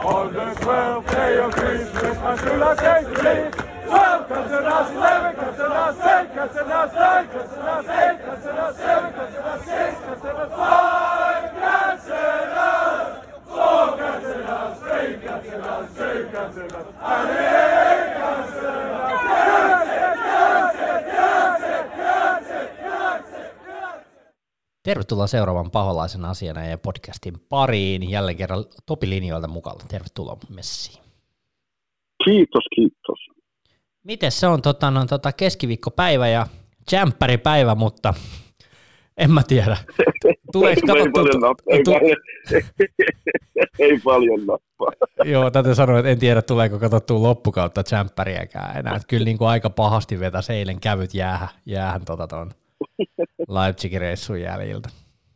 On the 12th day of Christmas, my true love came to me. 12, cousin us 11, cousin us 8, cousin us 9, cousin us 8, cousin us 7, cousin us 6, cousin us 5, cousin us 4, cousin us 3, cousin us 2, cousin us and 8, cousin Tervetuloa seuraavan Paholaisen asiana ja podcastin pariin. Jälleen kerran Topi-linjoilta mukana. Tervetuloa messiin. Kiitos, kiitos. Miten se on keskiviikkopäivä ja jämppäripäivä, mutta en mä tiedä. Tuleeko ei paljon nappaa. Joo, täytyy sanoa, että en tiedä tuleeko katsottua loppukautta jämppäriäkään enää. Että kyllä niin kuin aika pahasti vetäisi eilen kävyt jäähän tuon Leipzigin reissun jäljiltä.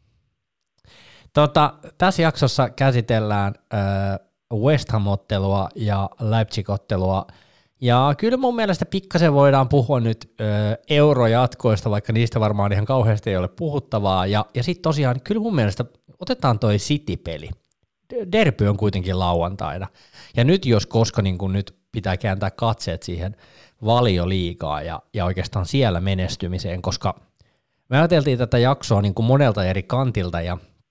Tässä jaksossa käsitellään West Ham-ottelua ja Leipzig-ottelua, ja kyllä mun mielestä pikkasen voidaan puhua nyt eurojatkoista, vaikka niistä varmaan ihan kauheasti ei ole puhuttavaa, ja sitten tosiaan kyllä mun mielestä otetaan toi City-peli. Derby on kuitenkin lauantaina, ja nyt jos koska niin kun nyt pitää kääntää katseet siihen Valioliigaan ja oikeastaan siellä menestymiseen, koska me ajateltiin tätä jaksoa niin kuin monelta eri kantilta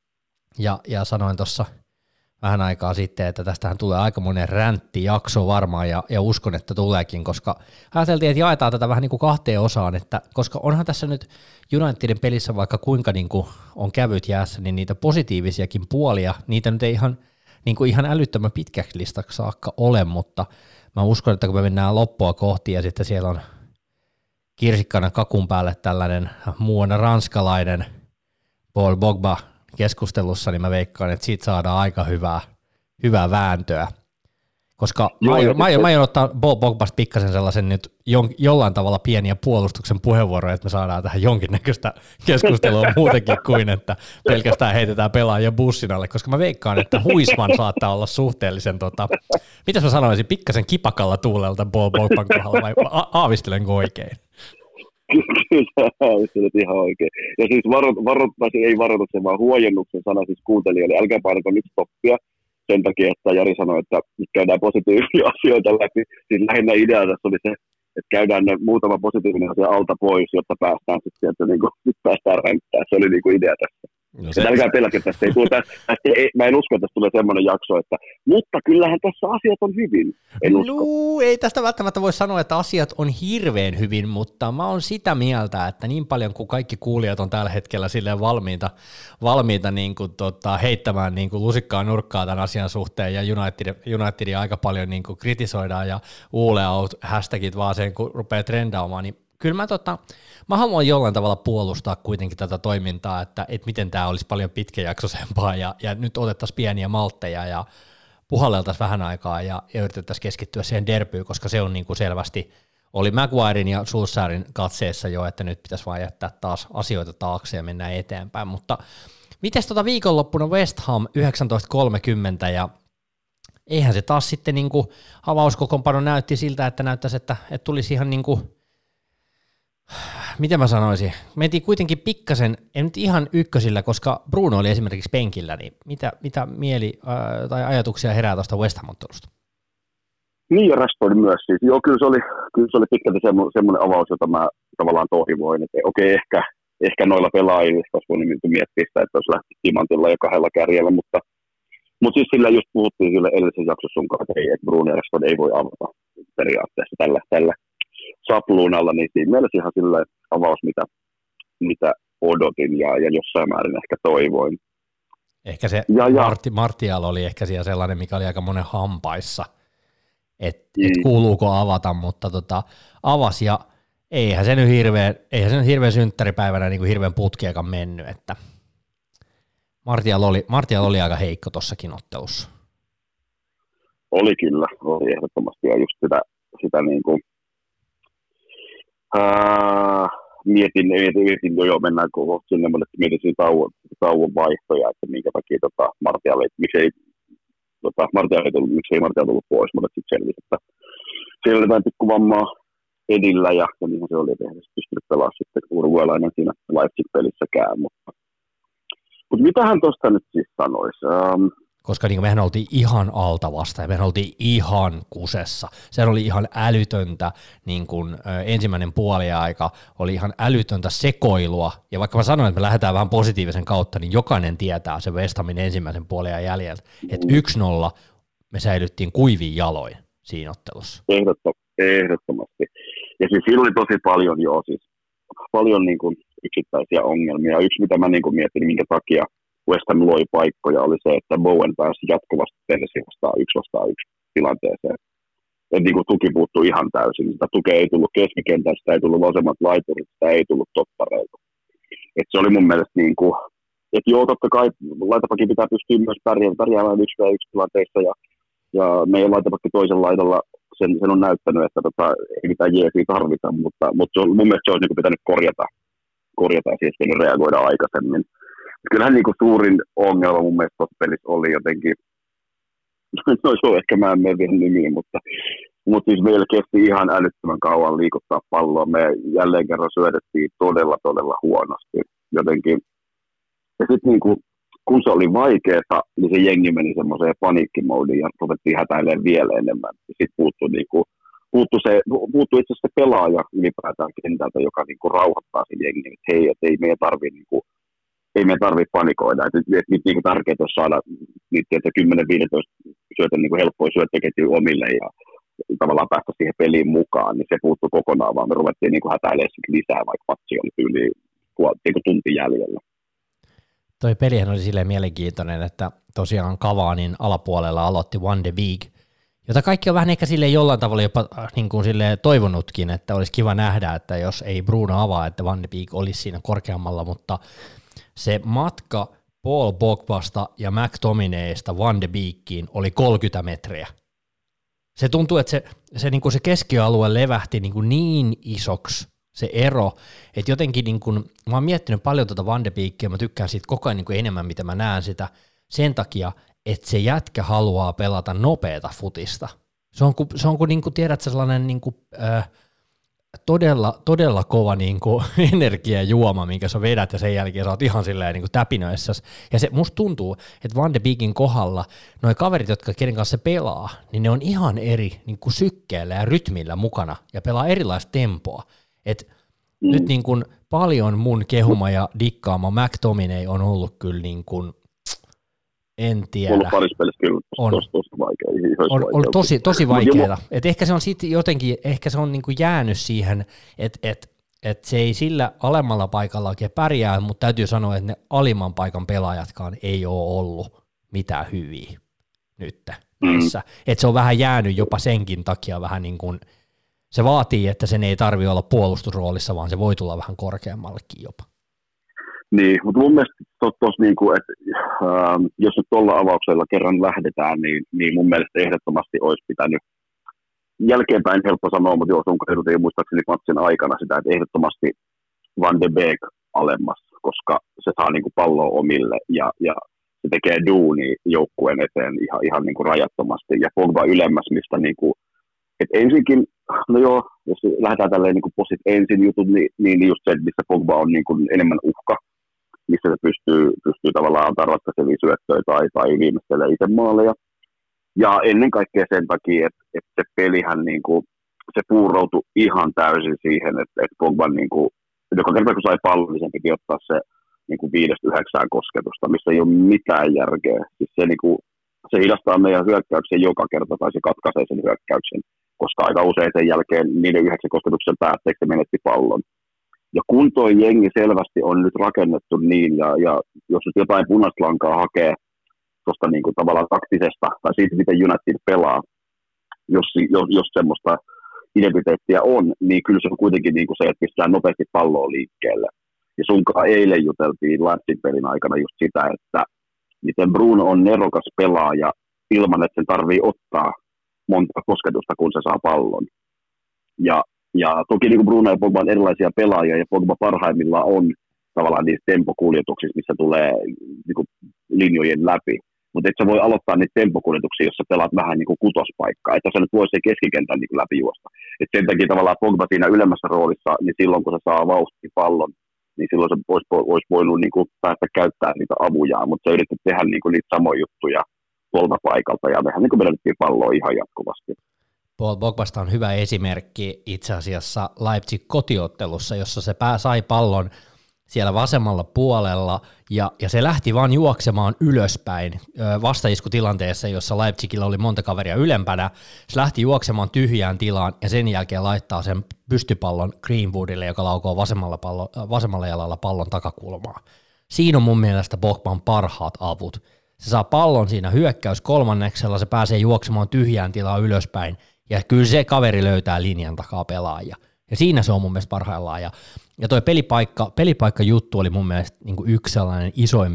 ja sanoin tuossa vähän aikaa sitten, että tästähän tulee aika monen ränttijakso varmaan ja uskon, että tuleekin, koska ajateltiin, että jaetaan tätä vähän niin kuin kahteen osaan, että koska onhan tässä nyt Unitedin pelissä vaikka kuinka niin kuin on kävyt jäässä, niin niitä positiivisiakin puolia, niitä nyt ei ihan älyttömän pitkäksi listaksi saakka ole, mutta mä uskon, että kun me mennään loppua kohti ja sitten siellä on kirsikkana kakun päälle tällainen muuna ranskalainen Paul Pogba keskustelussa, niin mä veikkaan, että siitä saadaan aika hyvää vääntöä. Koska mä aion ottaa Paul Pogbasta pikkasen sellaisen nyt jollain tavalla pieniä puolustuksen puheenvuoroja, että me saadaan tähän jonkinnäköistä keskustelua muutenkin kuin, että pelkästään heitetään pelaajia bussin alle, koska mä veikkaan, että Huisman saattaa olla suhteellisen, mitäs mä sanoisin, pikkasen kipakalla tuulelta Paul Pogban kohdalla, vai aavistelenko oikein? Kyllä, aavistelet ihan oikein. Ja siis ei varoituksen, vaan huojennuksen sana siis kuuntelijoille, älkää painako nyt stoppia, sen takia, että Jari sanoi, että nyt käydään positiivisia asioita läpi. Siis lähinnä idea tässä oli se, että käydään ne muutama positiivinen asia alta pois, jotta päästään sitten, että niin kuin, nyt päästään ränttää. Se oli niin kuin idea tässä. No älkää pelätä, tästä ei tule, mä en usko, että tässä tulee semmoinen jakso, että mutta kyllähän tässä asiat on hyvin. Ei tästä välttämättä voi sanoa, että asiat on hirveän hyvin, mutta mä oon sitä mieltä, että niin paljon kuin kaikki kuulijat on tällä hetkellä silleen valmiita niin kuin, heittämään niin kuin lusikkaa nurkkaa tämän asian suhteen, ja Unitedia aika paljon niin kuin kritisoidaan, ja out hashtagit vaan sen, kun rupeaa trendaamaan, niin kyllä mä haluan jollain tavalla puolustaa kuitenkin tätä toimintaa, että miten tämä olisi paljon pitkäjaksoisempaa ja nyt otettaisiin pieniä maltteja ja puhalleltaisiin vähän aikaa ja yritettäisiin keskittyä siihen derbyyn, koska se on niin kuin selvästi, oli Maguiren ja Solskjaerin katseessa jo, että nyt pitäisi vaan jättää taas asioita taakse ja mennä eteenpäin, mutta mites viikonloppuna West Ham 19.30 ja eihän se taas sitten niin kuin avauskokoonpano näytti siltä, että näyttäisi, että tulisi ihan niin kuin miten mä sanoisin, mentiin kuitenkin pikkasen, en nyt ihan ykkösillä, koska Bruno oli esimerkiksi penkillä, niin mitä mieli tai ajatuksia herää tuosta West Ham-ottelusta? Niin ja Rashford myös siis. Joo, kyllä se oli pitkälti semmoinen avaus, jota mä tavallaan toivoin, että okei, ehkä noilla pelaajilla olisi voinut miettiä sitä, että olisi lähti timantilla ja kahdella kärjellä, mutta siis sillä just puhuttiin sille edellisen jaksossa sunkaan, että Bruno ja Rashford ei voi avata periaatteessa tällä sapluunalla, niin siinä mielessä ihan sillä avaus, mitä odotin ja jossain määrin ehkä toivoin. Ehkä se Martial oli ehkä siellä sellainen, mikä oli aika monen hampaissa, että kuuluuko avata, mutta avasi ja eihän se nyt hirveän synttäripäivänä niin kuin hirveän putkiakaan mennyt, että Martial oli aika heikko tossakin ottelussa. Oli kyllä, oli ehdottomasti ja just sitä niin kuin mietin jo mennään sinne, mutta mietin siinä tauon vaihtoja, että minkä takia Martial miksei Martial tullut pois, mutta sitten selvisi, että siellä oli jotain pikkuvammaa edillä ja niinhän se oli, että eihän se pystynyt pelaamaan sitten uruguaylainen siinä Leipzig-pelissäkään, mutta mitähän tuosta nyt siis sanoisi? koska niin kuin mehän oltiin ihan altavasta ja mehän oltiin ihan kusessa. Se oli ihan älytöntä, niin kuin ensimmäinen puoliaika oli ihan älytöntä sekoilua, ja vaikka mä sanoin, että me lähdetään vähän positiivisen kautta, niin jokainen tietää se West Hamin ensimmäisen puoliajan jäljellä, että 1-0 me säilyttiin kuivin jaloin siinä ottelussa. Ehdottomasti. Ja siis siinä oli tosi paljon paljon niin kuin yksittäisiä ongelmia. Yksi, mitä mä niin kuin mietin, minkä takia West Ham loi paikkoja, oli se, että Bowen pääsi jatkuvasti Tennessee vastaan yksi tilanteeseen. Et niin kuin tuki puuttui ihan täysin. Sitä tukea ei tullut keskikentältä, sitä ei tullut vasemmat laiturit, sitä ei tullut toppareilta. Et se oli mun mielestä niin kuin, että joo, totta kai laitapakin pitää pystyä myös pärjäämään 1v1 tilanteissa, ja meidän laitapakki toisen laidalla sen on näyttänyt, että ei mitään jeesiä tarvita, mutta mun mielestä se olisi niin kuin pitänyt korjata ja siis reagoida aikaisemmin. Kyllähän niin kuin suurin ongelma mun mielestä tuossa pelissä oli jotenkin, no se on ehkä mä en mene vielä nimiin, mutta siis meillä kesti ihan älyttömän kauan liikuttaa palloa. Me jälleen kerran syötettiin todella huonosti jotenkin. Ja sitten niin kuin, kun se oli vaikeeta, niin se jengi meni semmoiseen paniikkimoodiin ja ruvettiin hätäilemään vielä enemmän. Sitten puuttui itse asiassa se pelaaja ylipäätään kentältä, joka niin kuin rauhoittaa sen jengin, että hei, et ei meidän tarvitse panikoida. Nyt niin tärkeää olisi saada niitä 10-15 syötön niin helppoja syöttöketjuja omille ja tavallaan päästä siihen peliin mukaan, niin se puuttui kokonaan, vaan me ruvettiin niin hätäilemään lisää, vaikka matsi oli niin tunti jäljellä. Toi pelihän oli silleen mielenkiintoinen, että tosiaan Cavanin alapuolella aloitti Van de Beek, jota kaikki on vähän ehkä silleen jollain tavalla jopa niin kuin silleen toivonutkin, että olisi kiva nähdä, että jos ei Bruno avaa, että Van de Beek olisi siinä korkeammalla, mutta se matka Paul Pogbasta ja McTominaysta Van de Beekiin oli 30 metriä. Se tuntuu, että se, niin kuin se keskialue levähti niin isoksi, se ero, että jotenkin niin kun, mä oon miettinyt paljon tuota Van de Beekia, mä tykkään siitä koko ajan niin enemmän, mitä mä näen sitä, sen takia, että se jätkä haluaa pelata nopeata futista. Se on kuin, niin kuin tiedät, sellainen niin kuin, todella kova niin kuin energiajuoma, minkä sä vedät, ja sen jälkeen sä oot ihan silleen niin kuin täpinöissäs. Ja se musta tuntuu, että Van de Beekin kohdalla noi kaverit, kenen kanssa se pelaa, niin ne on ihan eri niin kuin sykkeellä ja rytmillä mukana, ja pelaa erilaista tempoa. Nyt niin kuin paljon mun kehuma ja dikkaama McTominay on ollut kyllä niin kuin, en tiedä. On ollut parissa pelissä kyllä tosi vaikea. On ollut tosi vaikeaa. Et ehkä se on sitten jotenkin, ehkä se on niin kuin jäänyt siihen, että se ei sillä alemmalla paikalla oikein pärjää, mutta täytyy sanoa, että ne alimman paikan pelaajatkaan ei ole ollut mitään hyviä nyt näissä. Että se on vähän jäänyt jopa senkin takia vähän niin kuin, se vaatii, että sen ei tarvitse olla puolustusroolissa, vaan se voi tulla vähän korkeammallekin jopa. Niin, mutta mun mielestä niinku, että jos nyt tuolla avauksella kerran lähdetään, niin mun mielestä ehdottomasti olisi pitänyt, jälkeenpäin helppo sanoa, mutta jos on katsottu muistaakseni matsin aikana sitä, että ehdottomasti Van de Beek alemmas, koska se saa niinku palloa omille ja se tekee duuni joukkueen eteen ihan niinku rajattomasti ja Pogba ylemmäs, mistä niinku, et ensinkin, no joo, jos lähdetään tälleen niin posit ensin jutut, niin just se, missä Pogba on niin kuin enemmän uhka, missä se pystyy tavallaan antaa ratkaisevia syöttöjä tai viimeistelee itse maaleja. Ja ennen kaikkea sen takia, että se pelihän niin kuin, se puuroutui ihan täysin siihen, että Pogban niin kuin, joka kerta kun sai pallon, niin sen piti ottaa se niin kuin 5-9 kosketusta, missä ei ole mitään järkeä. Siis se, niin kuin, se hidastaa meidän hyökkäyksen joka kerta tai se katkaisee sen hyökkäyksen, koska aika usein sen jälkeen niiden 9 kosketuksen päätteeksi se menetti pallon. Ja kun toi jengi selvästi on nyt rakennettu niin, ja jos nyt jotain punaista lankaa hakee tuosta niin kuin tavallaan taktisesta, tai siitä, miten United pelaa, jos semmoista identiteettiä on, niin kyllä se on kuitenkin niin kuin se, että pistää nopeasti palloa liikkeelle. Ja sunkaan eilen juteltiin Leipzigin pelin aikana just sitä, että miten Bruno on nerokas pelaaja ilman, että sen tarvii ottaa monta kosketusta, kun se saa pallon. Ja toki niin kuin Bruno ja Pogba on erilaisia pelaajia, ja Pogba parhaimmillaan on tavallaan niissä tempokuljetuksissa, missä tulee niin kuin linjojen läpi. Mutta et sä voi aloittaa niitä tempokuljetuksia, jos sä pelaat vähän niin kuin kutospaikkaa, että sä nyt voi sen keskikentän niin kuin läpi juosta. Et sen takia tavallaan Pogba siinä ylemmässä roolissa, niin silloin kun se saa vauhtia pallon, niin silloin se olisi voinut niin kuin päästä käyttämään niitä avujaan, mutta se yritti tehdä niin kuin niitä samoja juttuja tuolta paikalta, ja mehän niin menettiin palloa ihan jatkuvasti. Paul Pogbasta on hyvä esimerkki itse asiassa Leipzig kotiottelussa, jossa se sai pallon siellä vasemmalla puolella, ja se lähti vaan juoksemaan ylöspäin vastaiskutilanteessa, jossa Leipzigillä oli monta kaveria ylempänä. Se lähti juoksemaan tyhjään tilaan, ja sen jälkeen laittaa sen pystypallon Greenwoodille, joka laukoo vasemmalla jalalla pallon takakulmaa. Siinä on mun mielestä Pogban parhaat avut. Se saa pallon siinä hyökkäys kolmanneksella, se pääsee juoksemaan tyhjään tilaan ylöspäin, ja kyllä se kaveri löytää linjan takaa pelaajia. Ja siinä se on mun mielestä parhaillaan. Ja toi pelipaikka-juttu oli mun mielestä niin kuin yksi sellainen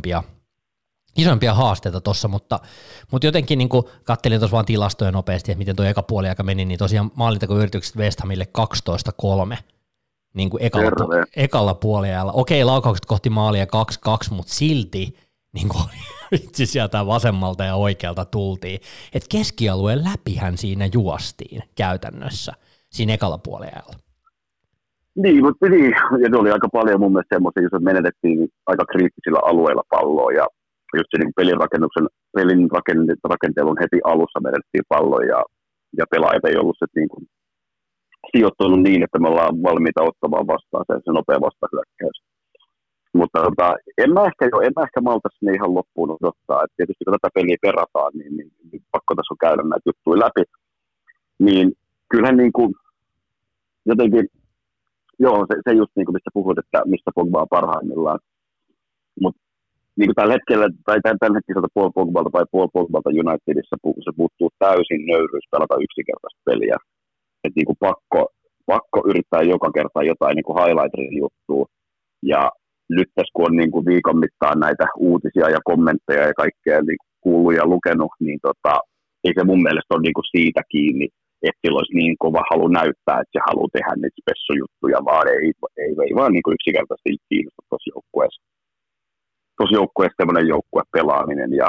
isoimpia haasteita tossa, mutta jotenkin niin kuin kattelin tuossa vaan tilastoja nopeasti, että miten toi eka puoliaika meni, niin tosiaan maalintekoyritykset West Hamille 12-3 niin kuin ekalla puoliajalla. Okei, laukaukset kohti maalia 2-2, mutta silti niin kuin vitsi sieltä vasemmalta ja oikealta tultiin. Että keskialueen läpihän siinä juostiin käytännössä siinä ekalla puoliajalla. Niin, mutta niin, ja se oli aika paljon mun mielestä semmoisia, jos menetettiin aika kriittisillä alueilla palloa, ja just se niin pelin rakentelun heti alussa menetettiin palloa, ja pelaajat ei ollut niin kuin sijoittunut niin, että me ollaan valmiita ottamaan vastaan se nopea vastahyökkäys. Mutta en mä ehkä malta sinne ihan loppuun odottaa, että tietysti kun tätä peliä perataan, niin pakko tässä on käydä näitä juttuja läpi, niin kyllähän niin kuin jotenkin, joo, se just niin kuin mistä puhut, että mistä Pogba on parhaimmillaan. Mutta niin kuin tällä hetkellä, tai tällä hetkellä Paul Pogbalta Unitedissa se puuttuu täysin nöyryys pelata yksinkertaista peliä. Että niin kuin pakko yrittää joka kerta jotain niin kuin highlighterin juttua. Ja nyt tässä kun on niin kuin viikon mittaan näitä uutisia ja kommentteja ja kaikkea niin kuullut ja lukenut, niin ei se mun mielestä ole niin kuin siitä kiinni, että sillä olisi niin kova halu näyttää, että se haluaa tehdä niitä spessujuttuja, vaan ei vaan niin kuin yksinkertaisesti kiinnosta tuossa joukkueessa. Tuossa joukkueessa semmoinen joukkuepelaaminen ja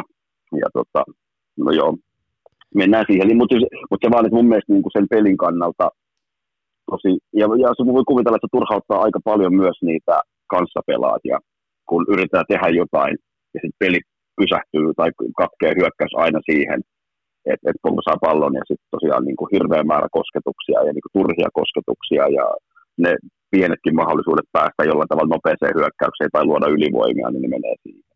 no joo, mennään siihen. Mutta se vaan, että mun mielestä niin kuin sen pelin kannalta tosi, ja se voi kuvitella, että se turhauttaa aika paljon myös niitä kanssapelaajia, kun yritetään tehdä jotain ja sitten peli pysähtyy tai katkee hyökkäys aina siihen, että Pogba saa pallon ja sitten tosiaan niin kuin hirveä määrä kosketuksia ja niin kuin turhia kosketuksia ja ne pienetkin mahdollisuudet päästä jollain tavalla nopeeseen hyökkäykseen tai luoda ylivoimia, niin ne menee siihen.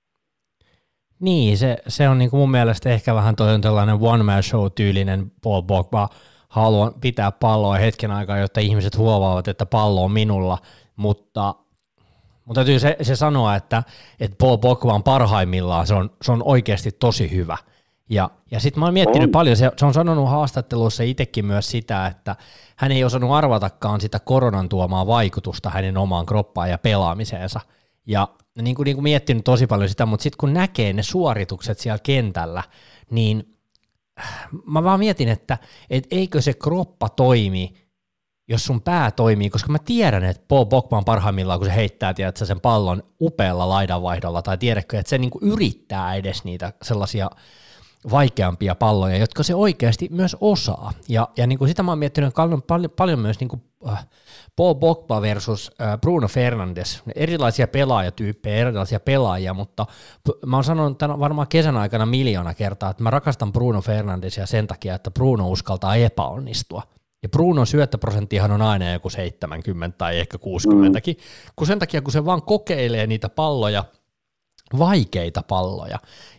Niin, se on niin kuin mun mielestä ehkä vähän toi on tällainen one-man show-tyylinen Paul Pogba. Haluan pitää palloa hetken aikaa, jotta ihmiset huomaavat, että pallo on minulla, mutta täytyy se sanoa, että Paul Pogba on parhaimmillaan, se on oikeasti tosi hyvä. Ja sitten mä oon miettinyt paljon, se on sanonut haastatteluissa itsekin myös sitä, että hän ei osannut arvatakaan sitä koronan tuomaa vaikutusta hänen omaan kroppaan ja pelaamiseensa. Ja niin kuin miettinyt tosi paljon sitä, mutta sitten kun näkee ne suoritukset siellä kentällä, niin mä vaan mietin, että eikö se kroppa toimi, jos sun pää toimii, koska mä tiedän, että Paul Pogba on parhaimmillaan, kun se heittää sen pallon upealla laidanvaihdolla, tai tiedätkö, että se niinku yrittää edes niitä sellaisia vaikeampia palloja, jotka se oikeasti myös osaa. Ja niin kuin sitä mä oon miettinyt paljon myös niin kuin Paul Pogba versus Bruno Fernandes, erilaisia pelaajatyyppejä, erilaisia pelaajia, mutta mä oon sanonut tämän varmaan kesän aikana miljoona kertaa, että mä rakastan Bruno Fernandesia sen takia, että Bruno uskaltaa epäonnistua. Ja Brunon syöttöprosenttihan on aina joku 70 tai ehkä 60kin, kun sen takia, kun se vaan kokeilee niitä palloja, vaikeita palloja,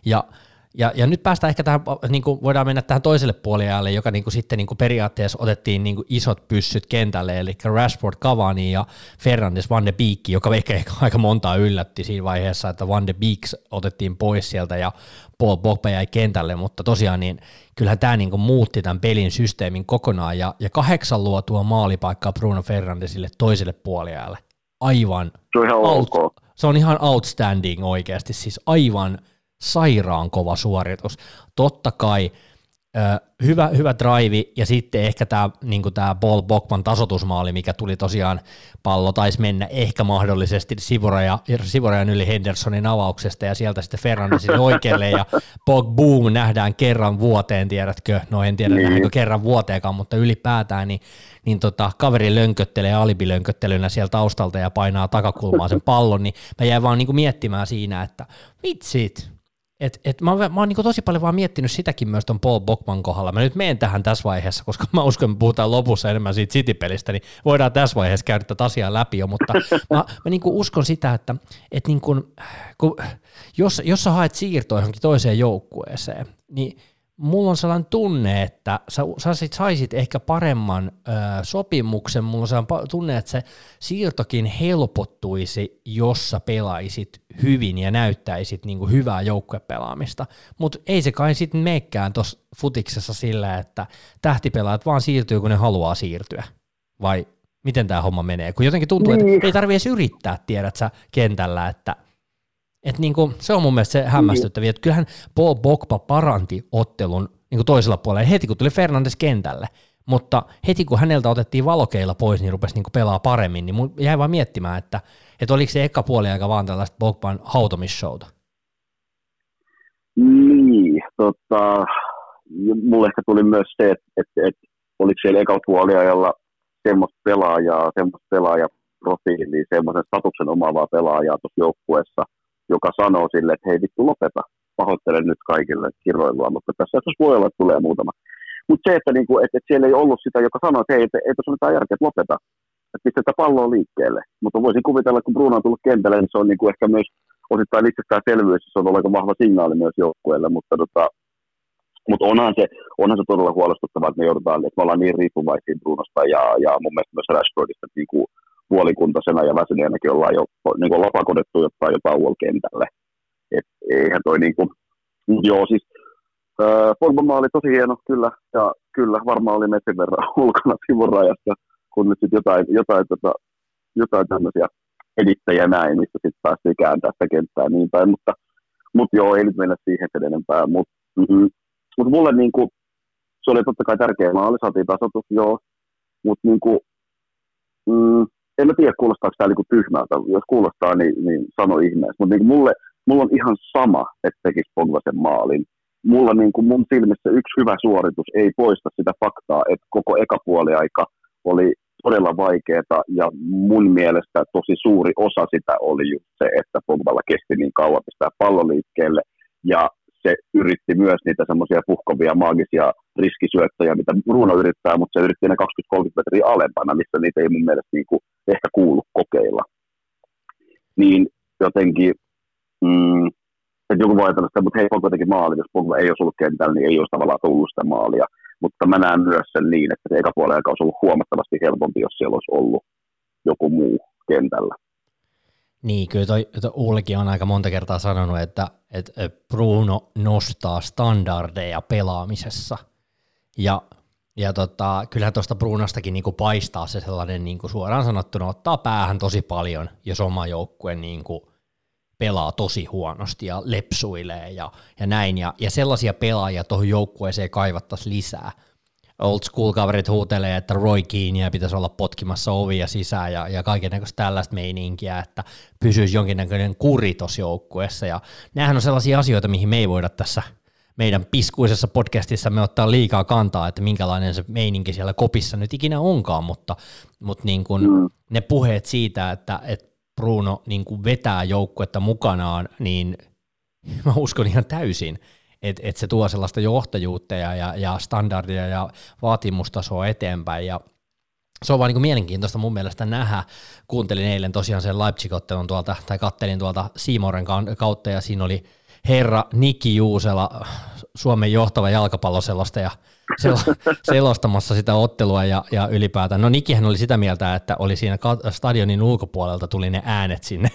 ja nyt päästään ehkä tähän, niin kuin voidaan mennä tähän toiselle puoliajalle, joka niin kuin sitten niin kuin periaatteessa otettiin niin kuin isot pyssyt kentälle, eli Rashford, Cavani ja Fernandes, Van de Beek, joka ehkä aika montaa yllätti siinä vaiheessa, että Van de Beek otettiin pois sieltä ja Paul Pogba jäi kentälle, mutta tosiaan niin kyllähän tämä niin kuin muutti tämän pelin systeemin kokonaan, ja 8 luotua maalipaikkaa Bruno Fernandesille toiselle puoliajalle. Aivan, se on ihan outstanding oikeasti, siis aivan sairaan kova suoritus. Totta kai hyvä drive ja sitten ehkä tämä niinku Paul Pogban tasoitusmaali, mikä tuli tosiaan, pallo taisi mennä ehkä mahdollisesti sivurajan yli Hendersonin avauksesta ja sieltä sitten Fernandesille oikealle ja Pogboom nähdään kerran vuoteen, tiedätkö, no en tiedä nähdäänkö kerran vuoteenkaan, mutta ylipäätään niin kaveri lönköttelee alibilönköttelynä siellä taustalta ja painaa takakulmaa sen pallon, niin mä jäin vaan niinku miettimään siinä, että vitsit, Mä oon niin tosi paljon vaan miettinyt sitäkin myös ton Paul Bogman kohdalla. Mä nyt menen tähän tässä vaiheessa, koska mä uskon, että me puhutaan lopussa enemmän siitä City-pelistä, niin voidaan tässä vaiheessa käydä tätä asiaa läpi jo, mutta mä niin uskon sitä, että niin jos sä haet siirtoa johonkin toiseen joukkueeseen, niin mulla on sellainen tunne, että sä saisit ehkä paremman sopimuksen, mulla on sellainen tunne, että se siirtokin helpottuisi, jos sä pelaisit hyvin ja näyttäisit niin kuin hyvää joukkuepelaamista, mutta ei se kai sitten meekään tuossa futiksessa sillä, että tähtipelaajat vaan siirtyy, kun ne haluaa siirtyä, vai miten tämä homma menee, kun jotenkin tuntuu, että ei tarvitse edes yrittää, tiedät sä kentällä, että niinku, se on mun mielestä se hämmästyttäviä, että kyllähän Paul Pogba paranti ottelun niinku toisella puolella heti, kun tuli Fernandes kentälle, mutta heti kun häneltä otettiin valokeilla pois, niin rupesi niinku pelaa paremmin, niin mun jäi vaan miettimään, että oliko se eka puoli aika vaan tällaista Pogban hautomisshowta? Niin, mulle ehkä tuli myös se, että oliko siellä eka puoliajalla semmoista pelaajaprofiiliä, semmoisen statuksen omaavaa pelaajaa tuossa joukkueessa, joka sanoo sille, että hei vittu lopeta, pahoittelen nyt kaikille kiroilua, mutta tässä voi olla, että tulee muutama. Mutta se, että niinku, siellä ei ollut sitä, joka sanoo, että hei, ei tuossa ole mitään järkeä, että lopeta, että pistetään palloa liikkeelle. Mutta voisin kuvitella, että kun Bruno on tullut kentälle, niin se on niinku ehkä myös osittain itsestäänselvyys, se on aika vahva signaali myös joukkueelle, mutta onhan se todella huolestuttavaa, että me joudutaan, että me ollaan niin riippuvaisia Brunosta ja mun mielestä myös Rashfordista, että niinku puolikuntaisena ja väsyneenäkin ollaan jo niin lapakodettu jotain tauolla kentälle. Et eihän toi niinku, joo siis Pogban maali tosi hieno, kyllä, ja kyllä varmaan oli metrin verran ulkona sivurajasta, kun nyt sitten jotain tämmöisiä edittäjä näin, mistä sitten päästiin kääntää sitä kenttää niin päin, mutta joo, ei nyt mennä siihen sen enempää, mutta mulle niinku, se oli totta kai tärkeä maali, saatiin tasoitus, joo, mutta niinku, en mä tiedä, kuulostaako tämä niinku tyhmältä. Jos kuulostaa, niin sano ihmeessä. Mutta niinku mulla on ihan sama, että tekisi Pogba sen maalin. Mulla niinku mun silmissä yksi hyvä suoritus ei poista sitä faktaa, että koko eka puoliaika oli todella vaikeaa. Ja mun mielestä tosi suuri osa sitä oli just se, että Pogballa kesti niin kauan pistää pallo liikkeelle. Ja se yritti myös niitä semmoisia puhkovia, maagisia riskisyöttöjä, mitä Bruno yrittää, mutta se yritti ne 20-30 metriä alempana, missä niitä ei mun mielestä niinku ehkä kuulu kokeilla. Niin jotenkin, että joku voi ajatella sitä, mutta hei, Pogba teki maali, jos Pogba ei olisi ollut kentällä, niin ei olisi tavallaan tullut sitä maalia. Mutta mä näen myös sen niin, että se eka puolen aika olisi ollut huomattavasti helpompi, jos siellä olisi ollut joku muu kentällä. Niin, kyllä toi Ullekin on aika monta kertaa sanonut, että Bruno nostaa standardeja pelaamisessa. Ja kyllähän tuosta Brunostakin niinku paistaa se sellainen niinku suoraan sanottuna ottaa päähän tosi paljon, jos oma joukkue niinku pelaa tosi huonosti ja lepsuilee ja näin. Ja sellaisia pelaajia tuohon joukkueeseen kaivattaisiin lisää. Old school-kaverit huutelee, että Roy Keanea pitäisi olla potkimassa ovia sisään ja kaikennäköistä tällaista meininkiä, että pysyisi jonkinnäköinen kuri tuossa joukkueessa. Ja näähän on sellaisia asioita, mihin me ei voida tässä meidän piskuisessa podcastissa me ottaa liikaa kantaa, että minkälainen se meininki siellä kopissa nyt ikinä onkaan, mutta niin kun ne puheet siitä, että Bruno niin kun vetää joukkuetta mukanaan, niin mä uskon ihan täysin, että se tuo sellaista johtajuutta ja standardia ja vaatimustasoa eteenpäin, ja se on vaan niin kuin mielenkiintoista mun mielestä nähdä. Kuuntelin eilen tosiaan sen Leipzig-ottelun tuolta, tai kattelin tuolta Seamoren kautta, ja siinä oli herra Niki Juusela, Suomen johtava jalkapalloselostaja, selostamassa sitä ottelua ja ylipäätään. No Nikihän oli sitä mieltä, että oli siinä stadionin ulkopuolelta tuli ne äänet sinne.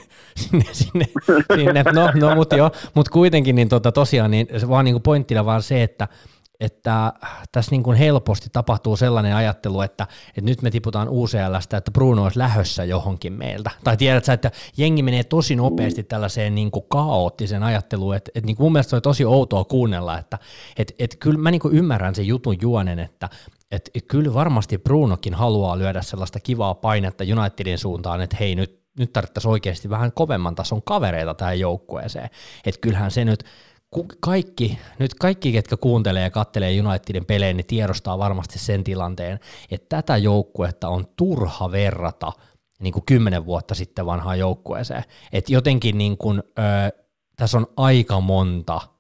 No mutta kuitenkin niin tosiaan niin se vaan niin pointtina vaan se, että tässä niin kuin helposti tapahtuu sellainen ajattelu, että nyt me tiputaan UCL:stä, että Bruno olisi lähössä johonkin meiltä. Tai tiedät sä, että jengi menee tosi nopeasti tällaiseen niin kuin kaoottiseen ajatteluun, että niin kuin mun mielestä se on tosi outoa kuunnella, että kyllä mä niin kuin ymmärrän sen jutun juonen, että kyllä varmasti Brunokin haluaa lyödä sellaista kivaa painetta Unitedin suuntaan, että hei nyt tarvittaisiin oikeasti vähän kovemman tason kavereita tähän joukkueeseen. Että kyllähän se nyt kaikki, ketkä kuuntelee ja kattelee Unitedin pelejä, niin tiedostaa varmasti sen tilanteen, että tätä joukkuetta on turha verrata niin kuin 10 vuotta sitten vanhaan joukkueeseen. Että jotenkin niin kuin, tässä on aika monta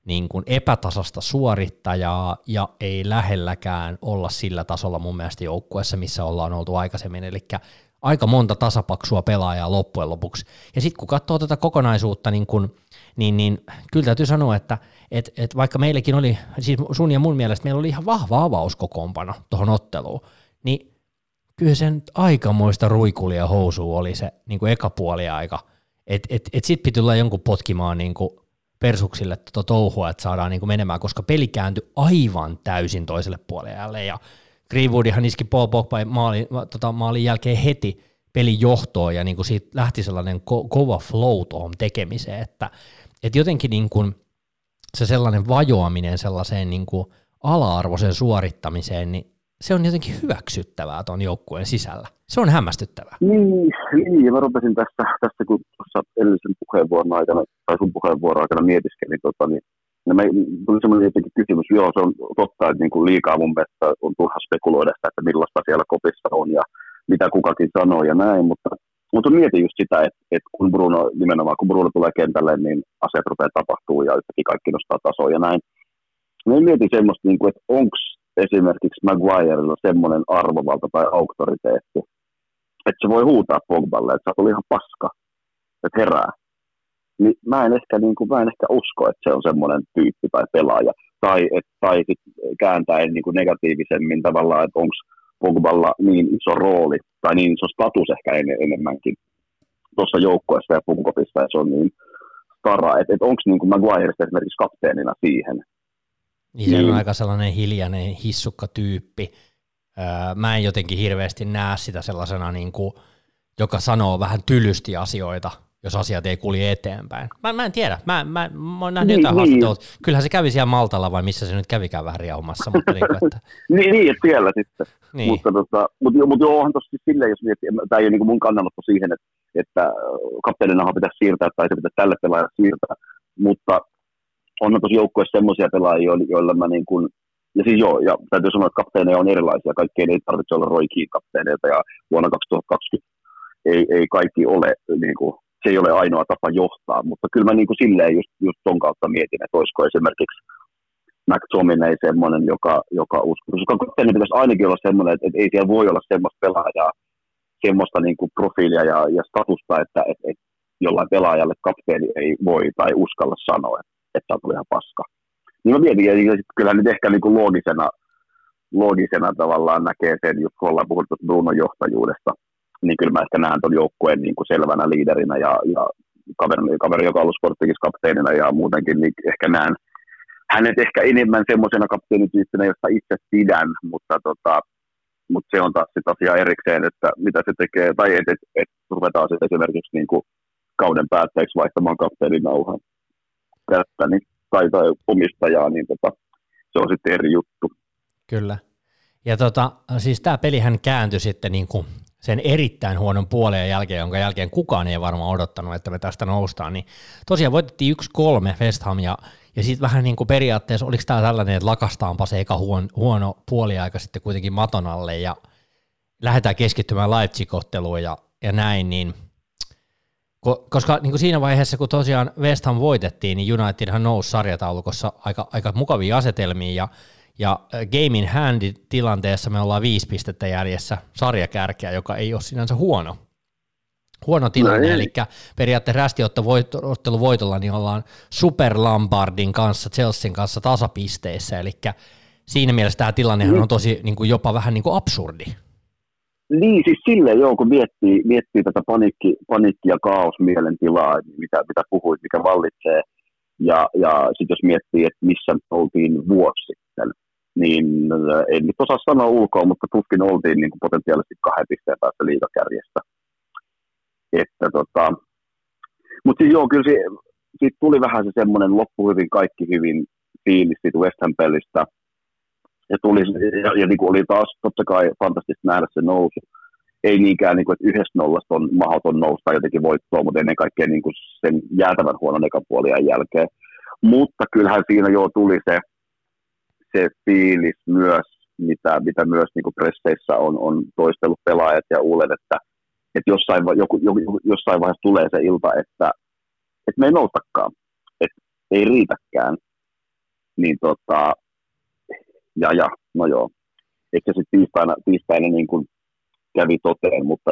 niin kuin epätasasta suorittajaa ja ei lähelläkään olla sillä tasolla mun mielestä joukkueessa, missä ollaan oltu aikaisemmin, eli aika monta tasapaksua pelaajaa loppujen lopuksi. Ja sitten kun katsoo tätä kokonaisuutta, niin kyllä täytyy sanoa, että vaikka meilläkin oli, siis sun ja mun mielestä meillä oli ihan vahva avauskokoonpano tuohon otteluun, niin kyllä sen aikamoista ruikulia housua oli se niin kuin eka puoli aika. Sitten piti tulla jonkun potkimaan niin kuin persuksille touhua, että saadaan niin kuin menemään, koska peli kääntyi aivan täysin toiselle puolelle. Ja Greenwoodihan iski Paul Pogba maalin jälkeen heti pelin johtoon, ja niin kuin siitä lähti sellainen kova flow tuohon tekemiseen, että jotenkin niin kuin se sellainen vajoaminen sellaiseen niin kuin ala-arvoisen suorittamiseen, niin se on jotenkin hyväksyttävää tuon joukkueen sisällä. Se on hämmästyttävää. Niin, mä rupesin tässä kun tuossa edellisen puheenvuoron aikana, tai sun puheenvuoron aikana mietiskelin, niin tuli semmoinen jotenkin kysymys, joo se on totta, että niin kuin liikaa mun mielestä on turha spekuloida sitä, että millaista siellä kopissa on ja mitä kukakin sanoo ja näin, mutta mietin just sitä, että kun Bruno tulee kentälle, niin asiat rupeaa tapahtuu ja yhtäkkiä kaikki nostaa tasoa ja näin. Mä mietin semmoista, niin kuin, että onko esimerkiksi Maguirella semmoinen arvovalta tai auktoriteetti, että se voi huutaa Pogballe, että sä tuli ihan paska, että herää. Niin mä en ehkä usko, että se on semmoinen tyyppi tai pelaaja. Tai sit kääntäen niin kuin negatiivisemmin tavallaan, että onko Pogballa niin iso rooli tai niin iso status ehkä enemmänkin tuossa joukkueessa ja Punkopissa, ja se on niin stara, että onko niin kuin Maguiresta esimerkiksi kapteenina siihen. Niin se on aika sellainen hiljainen hissukka tyyppi. Mä en jotenkin hirveästi näe sitä sellaisena, niin kuin, joka sanoo vähän tylysti asioita, jos asiat ei kulje eteenpäin. Mä en tiedä. Mä oon nähnyt jotain haastattelua. Kyllähän se kävi siellä Maltalla, vai missä se nyt kävikään vähän riehumassa. Mutta että niin, että siellä sitten. Niin. Mutta joo, onhan tossa silleen, jos miettii, tämä ei ole niin mun kannanotto siihen, että kapteeninahan pitäisi siirtää tai se pitäisi tälle pelaajalle siirtää, mutta on tuossa joukkueessa semmoisia pelaajia, joilla mä niin kuin, ja siis joo, ja täytyy sanoa, että kapteeneja on erilaisia, kaikkien ei tarvitse olla Roy Keane-kapteeneita, ja vuonna 2020 ei kaikki ole, niin kuin, se ei ole ainoa tapa johtaa, mutta kyllä mä niin kuin silleen just ton kautta mietin, että olisiko esimerkiksi McTominay semmoinen, joka uskoo, koska kapteeni pitäisi ainakin olla semmoinen, että ei siellä voi olla semmoista pelaajaa, semmoista niin kuin profiilia ja statusta, että jollain pelaajalle kapteeni ei voi tai uskalla sanoa, että on ihan paska. Niin mä mietin, että kyllä nyt ehkä niin kuin loogisena tavallaan näkee sen, just kun ollaan puhuttu Brunon johtajuudesta, niin kyllä mä ehkä näen ton joukkueen niin kuin selvänä liiderinä ja kaveri, joka on ollut Sportingissa kapteenina ja muutenkin, niin ehkä näen hänet ehkä enemmän semmoisena kapteenityyppinä, josta itse pidän, mutta se on taas sit asia erikseen, että mitä se tekee, tai että ruvetaan sitten esimerkiksi niin kuin kauden päätteeksi vaihtamaan kapteenin nauhan kättä, niin, tai omistajaa, niin se on sitten eri juttu. Kyllä. Ja siis tämä pelihän kääntyi sitten niin kuin sen erittäin huonon puolen jälkeen, jonka jälkeen kukaan ei varmaan odottanut, että me tästä noustaan, niin tosiaan voitettiin 1-3 West Ham, ja sitten vähän niin kuin periaatteessa, oliko tämä tällainen, että lakastaanpa se eka huono puoliaika sitten kuitenkin maton alle, ja lähdetään keskittymään Leipzig-otteluun ja näin, niin koska niin kuin siinä vaiheessa, kun tosiaan West Ham voitettiin, niin Unitedhan nousi sarjataulukossa aika mukavia asetelmia, ja game in hand tilanteessa me ollaan 5 pistettä jäljessä sarjakärkeä, joka ei ole sinänsä huono tilanne, eli periaatteessa rästiottelu voitolla niin ollaan Super Lampardin kanssa, Chelsean kanssa tasapisteissä, eli siinä mielessä tämä tilannehan on tosi niin kuin jopa vähän niin kuin absurdi. Niin, siis silleen joo, kun miettii tätä paniikki- ja kaosmielentilaa, mitä puhuit, mikä vallitsee, ja sitten jos miettii, että missä oltiin vuosi sitten, niin en nyt osaa sanoa ulkoa, mutta tuskin oltiin niin kuin potentiaalisesti 2 pisteen päästä liigakärjestä. Mutta siis joo, kyllä siitä tuli vähän se semmoinen loppu hyvin, kaikki hyvin fiilis siitä West Ham-pelistä. Ja niin kuin oli taas totta kai fantastista nähdä se nousu. Ei niinkään, niin kuin, että 1-0 on mahdoton nousta jotenkin voittoa, mutta ennen kaikkea niin kuin sen jäätävän huonon ekapuolien jälkeen. Mutta kyllähän siinä jo tuli se fiilis myös, mitä myös niin kuin presseissä on toistellut pelaajat ja uulet, että jossain vaiheessa tulee se ilta, että me ei noustakaan, että ei riitäkään. niin no joo, että se sitten tiistaina niin kuin kävi toteen, mutta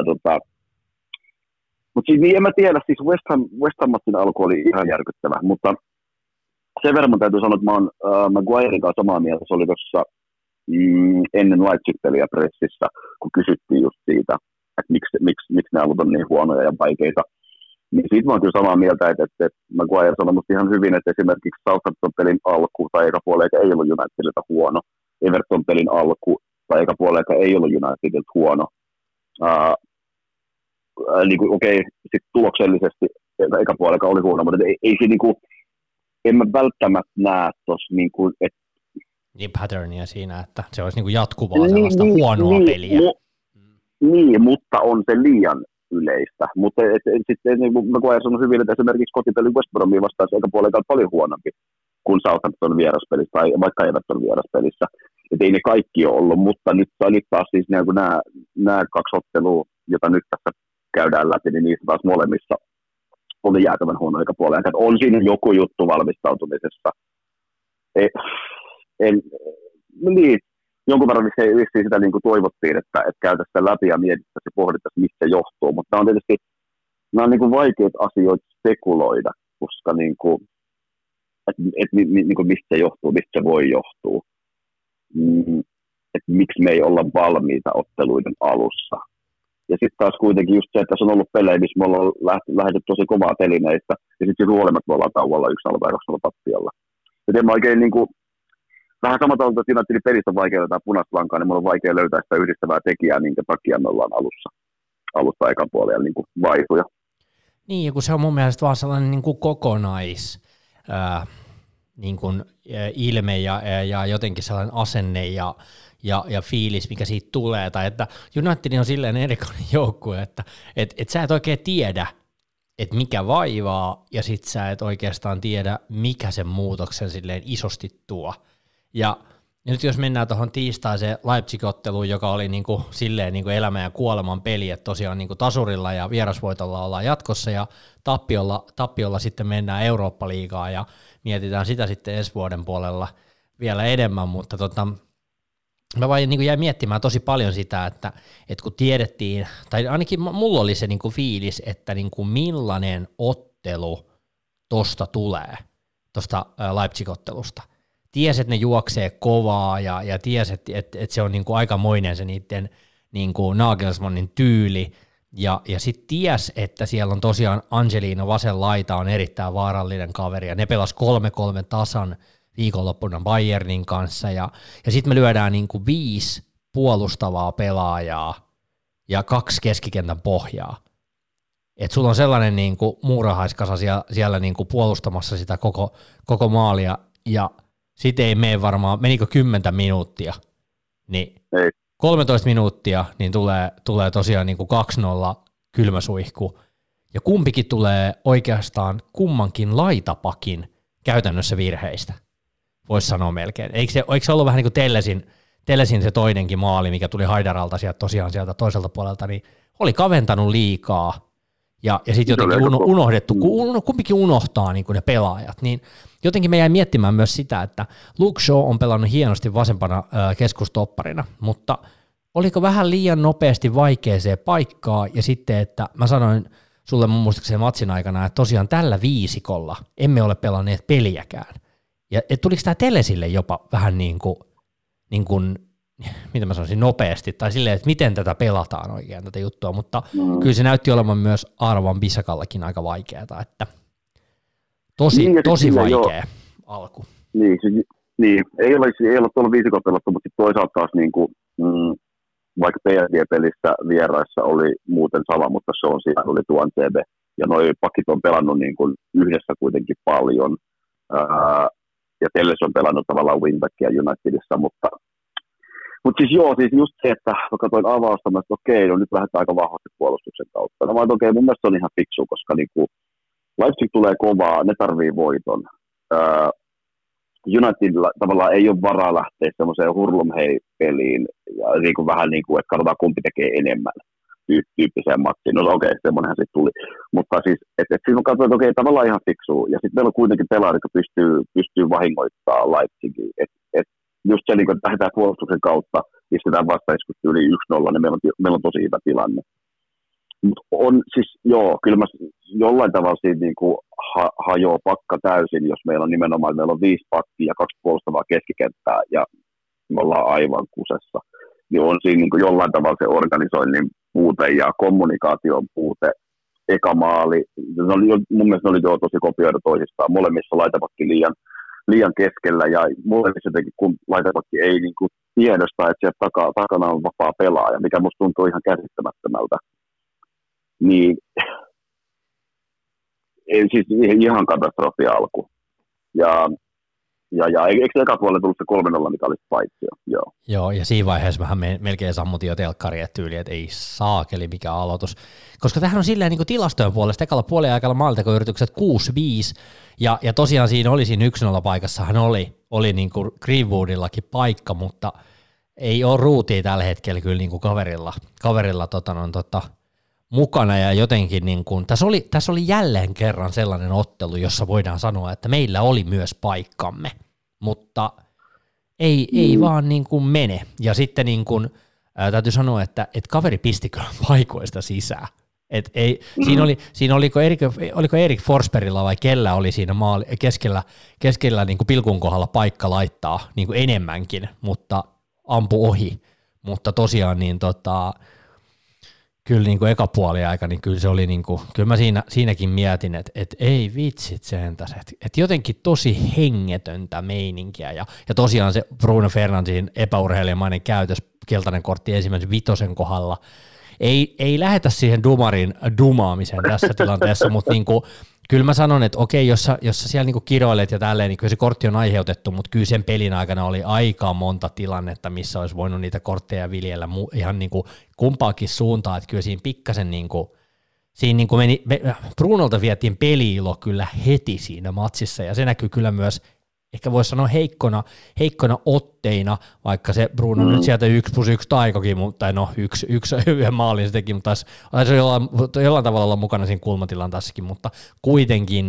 siis niin en mä tiedä, siis West Ham-matsin alku oli ihan järkyttävä, mutta sen verran mun täytyy sanoa, että mä oon Maguiren kanssa samaa mieltä, se oli tuossa ennen Leipzig-peliä pressissä, kun kysyttiin just siitä, että miksi ne alut on niin huonoja ja vaikeita. Niin siitä mä oon kyllä samaa mieltä, että Maguire sanoi musta ihan hyvin, että esimerkiksi Southampton-pelin alku tai eka puolella ei ollut Unitedilta huono. Everton-pelin alku tai eka puolella ei ollut Unitedilta huono. Niin kuin, okei, sitten tuloksellisesti eka puolella oli huono, mutta ei se niinku, en mä välttämättä näe tuossa niinku, että niin patternia siinä, että se olisi niinku jatkuvaa sellaista huonoa peliä. Niin, mutta on se liian yleistä. Mutta sitten niin kuin Maguire sanoi hyvin, että esimerkiksi kotipeli West Bromia vastaan se eka puolella paljon huonompi kuin Southampton vieraspelissä tai vaikka Everton vieraspelissä. Että ei ne kaikki ole ollut, mutta nyt taas siis nämä kaksi ottelua, jota nyt tässä käydään läpi, niin niissä taas molemmissa oli jäätävän huono eka puolella. On siinä joku juttu valmistautumisessa. Niin, jonkun verran sitä niin kuin toivottiin, että käytäisiin sitä läpi ja mietittäisiin ja pohdittaisiin, mistä se johtuu. Mutta nämä on tietysti niin kuin vaikeita asioita spekuloida, koska niin kuin, niin kuin mistä se johtuu, mistä se voi johtua. Että miksi me ei olla valmiita otteluiden alussa. Ja sitten taas kuitenkin just se, että tässä on ollut pelejä, missä me ollaan lähdetty tosi kovaa telineistä, ja sitten huolimatta me ollaan tauolla 1-0 tai 2-0 tappiolla. Ja mä oikein niin kuin, vähän samalla tavalla, että Unitedin pelistä on vaikea löytää punaista lankaa, niin mulla on vaikea löytää sitä yhdistävää tekijää, minkä takia me ollaan alusta ekan puolella niin kuin vaihtuja. Niin, ja kun se on mun mielestä vaan sellainen niin kuin niin kuin, ilme ja jotenkin sellainen asenne ja fiilis, mikä siitä tulee, tai että United on silleen erikoinen joukkue, että sä et oikein tiedä, että mikä vaivaa, ja sit sä et oikeastaan tiedä, mikä sen muutoksen silleen isosti tuo. Ja nyt jos mennään tuohon tiistaiseen Leipzig-otteluun, joka oli niinku silleen niinku elämän ja kuoleman peli, että tosiaan niinku tasurilla ja vierasvoitolla ollaan jatkossa, ja tappiolla sitten mennään Eurooppa-liigaan, ja mietitään sitä sitten ensi vuoden puolella vielä enemmän, mutta mä vain niin jäin miettimään tosi paljon sitä, että kun tiedettiin, tai ainakin mulla oli se niin kuin fiilis, että niin kuin millainen ottelu tosta tulee, tosta Leipzig-ottelusta. Ties, että ne juoksee kovaa ja ties, että se on niin kuin aikamoinen se niiden niin kuin Nagelsmannin tyyli, ja sitten ties, että siellä on tosiaan Angelino vasen laita on erittäin vaarallinen kaveri, ja ne pelas 3-3 tasan viikonloppuna Bayernin kanssa, ja sitten me lyödään niin kuin 5 puolustavaa pelaajaa ja 2 keskikentän pohjaa. Et sulla on sellainen niin kuin muurahaiskasa siellä niin kuin puolustamassa sitä koko maalia, ja sitten ei mene varmaan, menikö 10 minuuttia, niin 13 minuuttia, niin tulee tosiaan niin kuin 2-0 kylmäsuihku, ja kumpikin tulee oikeastaan kummankin laitapakin käytännössä virheistä. Voisi sanoa melkein. Eikö se ollut vähän niin kuin Tellesin se toinenkin maali, mikä tuli Haidaralta sieltä toiselta puolelta, niin oli kaventanut liikaa, ja sitten jotenkin unohdettu, kun kumpikin unohtaa niin kuin ne pelaajat, niin jotenkin me jäi miettimään myös sitä, että Luke Shaw on pelannut hienosti vasempana keskustopparina, mutta oliko vähän liian nopeasti vaikeeseen paikkaa, ja sitten, että mä sanoin sulle mun muistaakseni matsin aikana, että tosiaan tällä viisikolla emme ole pelanneet peliäkään. Ja tuliko tämä Telesille jopa vähän niin kuin, mitä mä sanoisin, nopeasti, tai silleen, että miten tätä pelataan oikein tätä juttua, mutta kyllä se näytti olevan myös Arvan Bissakallakin aika vaikeaa, että tosi vaikea alku. Niin, ei ole tuolla viisikon pelattu, mutta toisaalta taas niin kuin, vaikka PSG-pelissä vieraissa oli muuten sama, mutta se on siinä oli tuon TV, ja noi pakit on pelannut niin kuin yhdessä kuitenkin paljon, ja Telles on pelannut tavallaan wingbackia Unitedissa, mutta siis joo, siis just se, että katsoin avausta, että okei, no nyt lähdetään aika vahvasti puolustuksen kautta. No vaan okei, mun mielestä se on ihan fiksu, koska niinku Leipzig tulee kovaa, ne tarvii voiton. Unitedilla tavallaan ei ole varaa lähteä semmoiseen hurlumhei-peliin, ja niinku vähän niin kuin, että katsotaan kumpi tekee enemmän. tyyppiseen matsiin. No okei, semmoinenhan sitten tuli. Mutta siis, että siinä on katsottu, että okei, tavallaan ihan fiksua. Ja sitten meillä on kuitenkin pelaaja, jotka pystyy vahingoittamaan Leipzigin. Et just se, niin että lähdetään puolustuksen kautta, pistetään vastaiskusta yli 1-0, niin meillä on tosi hyvä tilanne. Mutta on siis, joo, kyllä mä jollain tavalla siitä niin kuin hajoaa pakka täysin, jos meillä on nimenomaan, meillä on 5 pakkia ja 2 puolustavaa keskikenttää ja me ollaan aivan kusessa. Niin on siinä niin kuin jollain tavalla se organisoinnin puute ja kommunikaation puute. Eka maali, mun mielestä ne oli jo tosi kopioida toisistaan, molemmissa laitapakki liian keskellä ja molemmissa jotenkin kun laitapakki ei niin kuin tiedosta, että siellä takana on vapaa pelaaja, mikä musta tuntuu ihan käsittämättömältä. Niin, siis ihan katastrofi alku. Ja eikö eka puolella tullut se 3-0, mikä oli paitsi jo? Joo, ja siinä vaiheessa vähän melkein sammutin jo telkkari tyyliin, että ei saakeli mikä aloitus. Koska tämähän on silleen niin kuin tilastojen puolesta, ekalla puolen aikalla maalintekoyritykset 6-5, ja tosiaan siinä 1-0 paikassahan oli niin kuin Greenwoodillakin paikka, mutta ei ole ruutia tällä hetkellä kyllä niin kuin kaverilla mukana, ja jotenkin niin kuin, tässä oli jälleen kerran sellainen ottelu, jossa voidaan sanoa, että meillä oli myös paikkamme, mutta ei vaan niin kuin mene. Ja sitten niin kuin, täytyy sanoa, että kaveri pisti kyllä paikoista sisään. Siinä oliko Erik Forsbergilla vai kellä oli siinä keskellä niin kuin pilkun kohdalla paikka laittaa niin kuin enemmänkin, mutta ampu ohi. Mutta tosiaan niin kyllä niin kuin eka puoli aika, niin kyllä se oli niin kuin, kyllä mä siinäkin mietin, että ei vitsit sentäs, että jotenkin tosi hengetöntä meininkiä, ja tosiaan se Bruno Fernandesin epäurheilijamainen käytös, keltainen kortti ensimmäisen 5 kohdalla, ei lähetä siihen dumarin dumaamiseen tässä tilanteessa, mutta niin kuin, kyllä mä sanon, että okei, jos sä siellä niinku kiroilet ja tälleen, niin kyllä se kortti on aiheutettu, mutta kyllä sen pelin aikana oli aika monta tilannetta, missä olisi voinut niitä kortteja viljellä ihan niinku kumpaakin suuntaan, että kyllä siinä pikkasen niinku, siinä niinku Brunolta vietiin peli-ilo kyllä heti siinä matsissa, ja se näkyy kyllä myös, ehkä voisi sanoa heikkona otteina, vaikka se Bruno nyt sieltä 1+1 taikokin, tai no yhden maalin se teki, mutta taisi jollain tavalla olla mukana siinä kulmatilanteessakin, mutta kuitenkin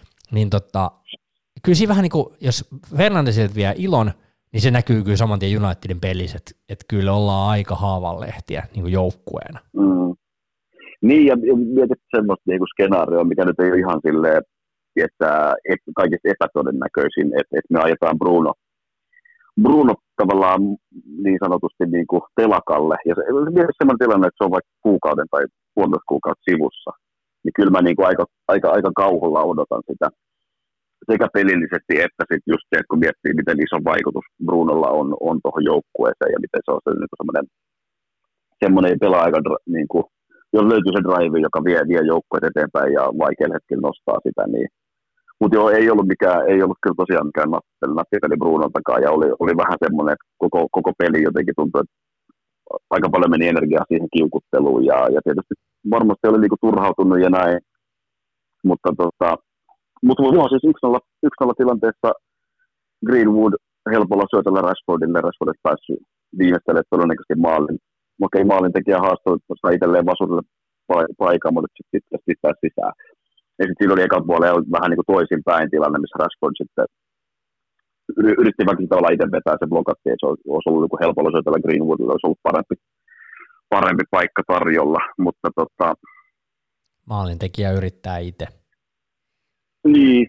kyllä siinä vähän niin kuin, jos Fernandesilta vie ilon, niin se näkyy kyllä saman tien Unitedin pelissä, että kyllä ollaan aika haavanlehtiä niin kuin joukkueena. Niin, ja mietit semmoista niin kuin skenaarioa, mikä nyt ei ole ihan silleen, että kaikista epätodennäköisin, että me ajetaan Bruno tavallaan niin sanotusti niin kuin telakalle. Ja se sellainen tilanne, että se on vaikka kuukauden tai puolitoista kuukautta sivussa. Niin kyllä mä niin kuin aika kauhulla odotan sitä sekä pelillisesti että sitten just se, että kun miettii, miten iso vaikutus Brunolla on tuohon joukkueeseen ja miten se on niin semmoinen pelaaja, niin kuin, jos löytyy se drive, joka vie joukkueet eteenpäin ja vaikealla hetkellä nostaa sitä, niin mutta joo, ei ollut kyllä tosiaan mikään nappipeli Brunoltakaan, ja oli vähän semmoinen, että koko peli jotenkin tuntui, että aika paljon meni energiaa siihen kiukutteluun, ja tietysti varmasti oli niinku turhautunut ja näin, mutta joo, siis 1-0 tilanteessa Greenwood helpolla syötellä Rashfordille päässyt viimeistelemään todennäköisesti maalin. Okei, maalintekijä haastoi, sai itselleen vasurille paikan, mutta sitten pistää sisään. Ja sitten siinä oli eka puolella vähän niin kuin toisinpäin tilanne, missä Rashford sitten yritti vaikka tavallaan itse vetää, se blokattiin, että se olisi ollut niin helpolla syötellä Greenwoodilla, olisi ollut parempi paikka tarjolla, mutta maalintekijä yrittää itse. Niin.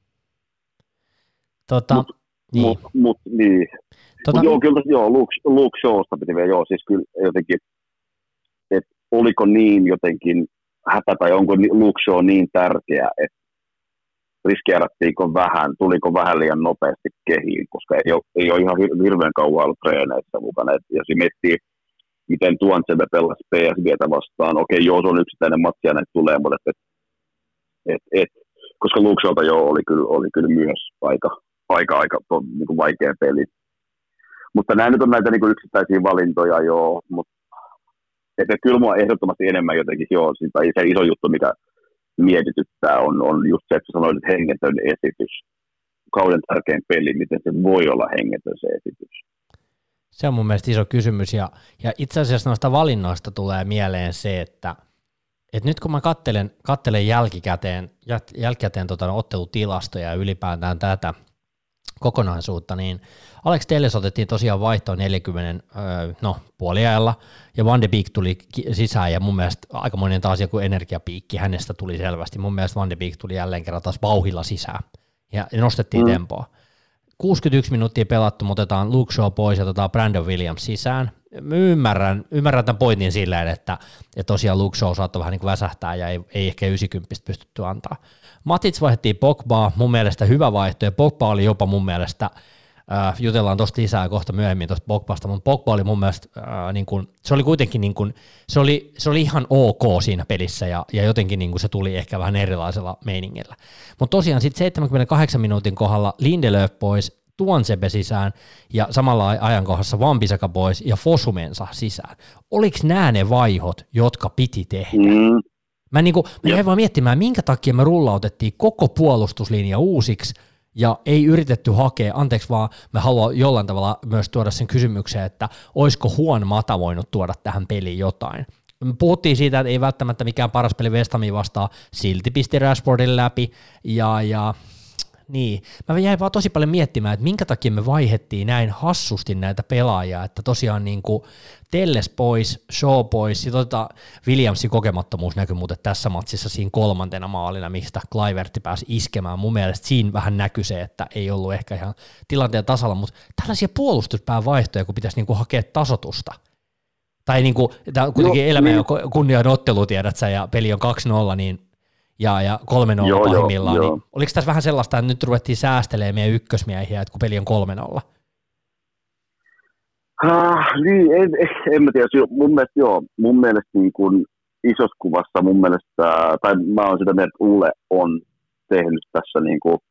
Niin. Niin. Joo, Luke Shawsta piti vielä, joo, siis kyllä jotenkin, että oliko niin jotenkin hätä tai onko Luke Shaw niin tärkeä, että riskeerattiinko vähän, tuliko vähän liian nopeasti kehiin, koska ei ole ihan hirveän kauan ollut treeneissä mukana. Et jos miettii, miten Tuansebe pelasi PSGtä vastaan, okei, joo, se on yksittäinen matsi ja näitä tulee, mutta koska Luke Shawta jo oli kyllä myös aika niin kuin vaikea peli. Mutta nämä nyt on näitä niin kuin yksittäisiä valintoja, joo, mutta kyllä mua ehdottomasti enemmän jotenkin, joo, se iso juttu, mikä mietityttää, on just se, että sanoit, että hengetön esitys. Kauden tärkein peli, miten se voi olla hengetön se esitys. Se on mun mielestä iso kysymys, ja itse asiassa noista valinnoista tulee mieleen se, että nyt kun mä kattelen jälkikäteen ottelutilastoja ja ylipäätään tätä kokonaisuutta, niin Alex Telles otettiin tosiaan vaihtoon 40 puoliajalla, ja Van de Beek tuli sisään, ja mun mielestä aikamoinen taas joku energiapiikki hänestä tuli selvästi. Mun mielestä Van de Beek tuli jälleen kerran taas vauhilla sisään, ja nostettiin tempoa. 61 minuuttia pelattu, me otetaan Luke Shaw pois ja otetaan Brandon Williams sisään. Mä ymmärrän tämän pointin silleen, että tosiaan Luke Shaw saattoi vähän niin kuin väsähtää ja ei ehkä 90 pystytty antaa. Matits vaihdettiin Pogbaa, mun mielestä hyvä vaihto, ja Pogba oli jopa mun mielestä, jutellaan tosta lisää kohta myöhemmin tuosta Pogbasta, mutta Pogba oli mun mielestä, niin kuin, se oli kuitenkin, niin kuin, se oli ihan ok siinä pelissä, ja jotenkin niin kuin se tuli ehkä vähän erilaisella meiningillä. Mutta tosiaan sitten 78 minuutin kohdalla Lindelöf pois, Tuansebe sisään, ja samalla ajankohdassa Wan-Bissaka pois, ja Fosumensa sisään. Oliko nämä ne vaihot, jotka piti tehdä? Mä jäin vaan miettimään, minkä takia me rullautettiin koko puolustuslinja uusiksi, ja ei yritetty hakea, anteeksi vaan, mä haluan jollain tavalla myös tuoda sen kysymykseen, että olisiko Juan Mata voinut tuoda tähän peliin jotain. Puhuttiin siitä, että ei välttämättä mikään paras peli West Hamia vastaan, silti pisti Rashfordin läpi, ja niin, mä jäin vaan tosi paljon miettimään, että minkä takia me vaihettiin näin hassusti näitä pelaajia, että tosiaan niin kuin Telles pois, Shaw pois, ja Williamsin kokemattomuus näkyi muuten tässä matsissa siinä kolmantena maalina, mistä Kluivertti pääsi iskemään. Mun mielestä siinä vähän näkyi se, että ei ollut ehkä ihan tilanteen tasalla, mutta tällaisia puolustuspään vaihtoja, kun pitäisi niin kuin hakea tasotusta. Tai niin kuin, tämä on kuitenkin elämä ja kunnian ottelu, tiedät sä, ja peli on 2-0, niin ja 3-0 pahimmillaan, niin oliko tässä vähän sellaista, että nyt ruvettiin säästelemään meidän ykkösmiehiä, että kun peli on 3-0? Niin, en mä tiedä. Mun mielestä niin kuin isossa kuvassa tai mä oon sitä mieltä, että Ule on tehnyt tässä niin kuin,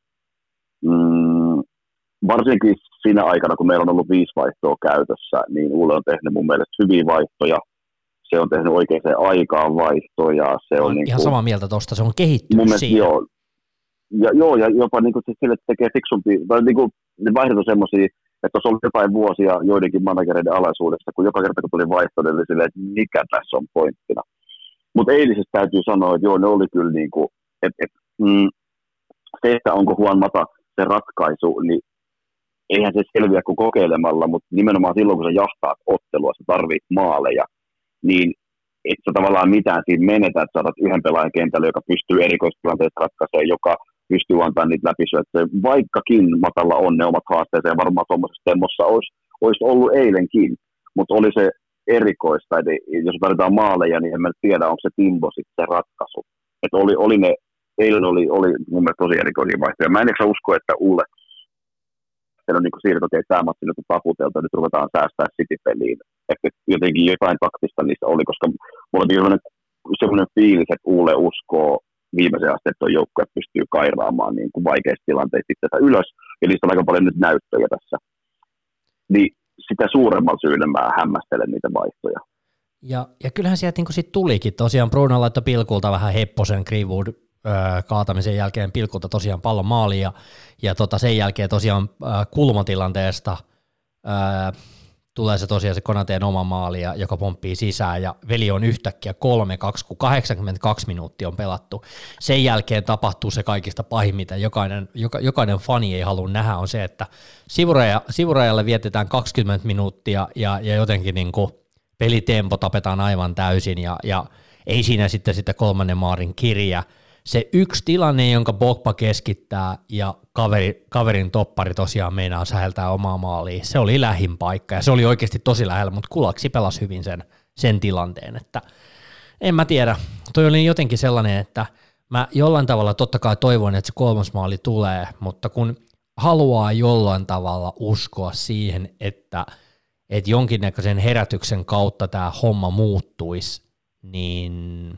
varsinkin siinä aikana, kun meillä on ollut 5 vaihtoa käytössä, niin Ule on tehnyt mun mielestä hyviä vaihtoja. Se on tehnyt oikeaan aikaan vaihtoja. Se on niin ihan kuin, samaa mieltä tuosta, se on kehittynyt mielestä, siinä. Ja jopa niin kuin sille tekee fiksumpi, tai niin kuin, ne vaihdot on semmoisia, että olisi ollut jotain vuosia joidenkin managereiden alaisuudessa, kun joka kerta kun tuli vaihto, niin oli silleen, että mikä tässä on pointtina. Mutta eilisessä täytyy sanoa, että ne oli kyllä niin kuin, se, että onko Juan Mata se ratkaisu, niin eihän se selviä kuin kokeilemalla, mutta nimenomaan silloin, kun sä jahtaat ottelua, sä tarvit maaleja, niin et sä tavallaan mitään siinä menetä, että saatat yhden pelaajan kentälle, joka pystyy erikoistilanteet ratkaisemaan, joka pystyy antamaan niitä läpisyöttöjä. Vaikkakin Matalla on ne omat haasteensa, ja varmaan tuommoisessa temmossa olisi ollut eilenkin, mutta oli se erikoista, että jos tarvitaan maaleja, niin en mä tiedä, onko se Timbo sitten se ratkaisu. Että oli ne, eilen oli mun mielestä tosi erikoisia vaihtoja. Mä en ehkä usko, että Ulle on niin siirto, että tämä matsi nyt on taputeltu, nyt ruvetaan säästää City-peliin. Että jotenkin jotain taktista niistä oli, koska mulla on sellainen fiilis, että Ulle uskoo viimeisen asti, että tuo joukkue pystyy kairaamaan niin kuin vaikeista tilanteista itsensä ylös, ja niistä on aika paljon nyt näyttöjä tässä. Niin sitä suuremmalla syyllä mä hämmästelen niitä vaihtoja. Ja kyllähän sieltä niin sit tulikin, tosiaan Bruno laittoi pilkulta vähän hepposen Greenwood kaatamisen jälkeen pilkulta tosiaan pallon maaliin, ja sen jälkeen tosiaan kulmatilanteesta tulee se tosiaan se Konateen oma maali, joka pomppii sisään, ja veli on yhtäkkiä 3-2, kun 82 minuuttia on pelattu. Sen jälkeen tapahtuu se kaikista pahin, mitä jokainen fani ei halua nähdä, on se, että sivurajalle vietetään 20 minuuttia, ja jotenkin niin kuin pelitempo tapetaan aivan täysin, ja ei siinä sitten kolmannen maarin kirja. Se yksi tilanne, jonka Pogba keskittää, ja kaverin toppari tosiaan meinaa säheltää omaa maaliin, se oli lähin paikka, ja se oli oikeasti tosi lähellä, mutta Kulaksi pelasi hyvin sen tilanteen, että en mä tiedä, toi oli jotenkin sellainen, että mä jollain tavalla totta kai toivon, että se 3. maali tulee, mutta kun haluaa jollain tavalla uskoa siihen, että jonkinnäköisen herätyksen kautta tämä homma muuttuisi, niin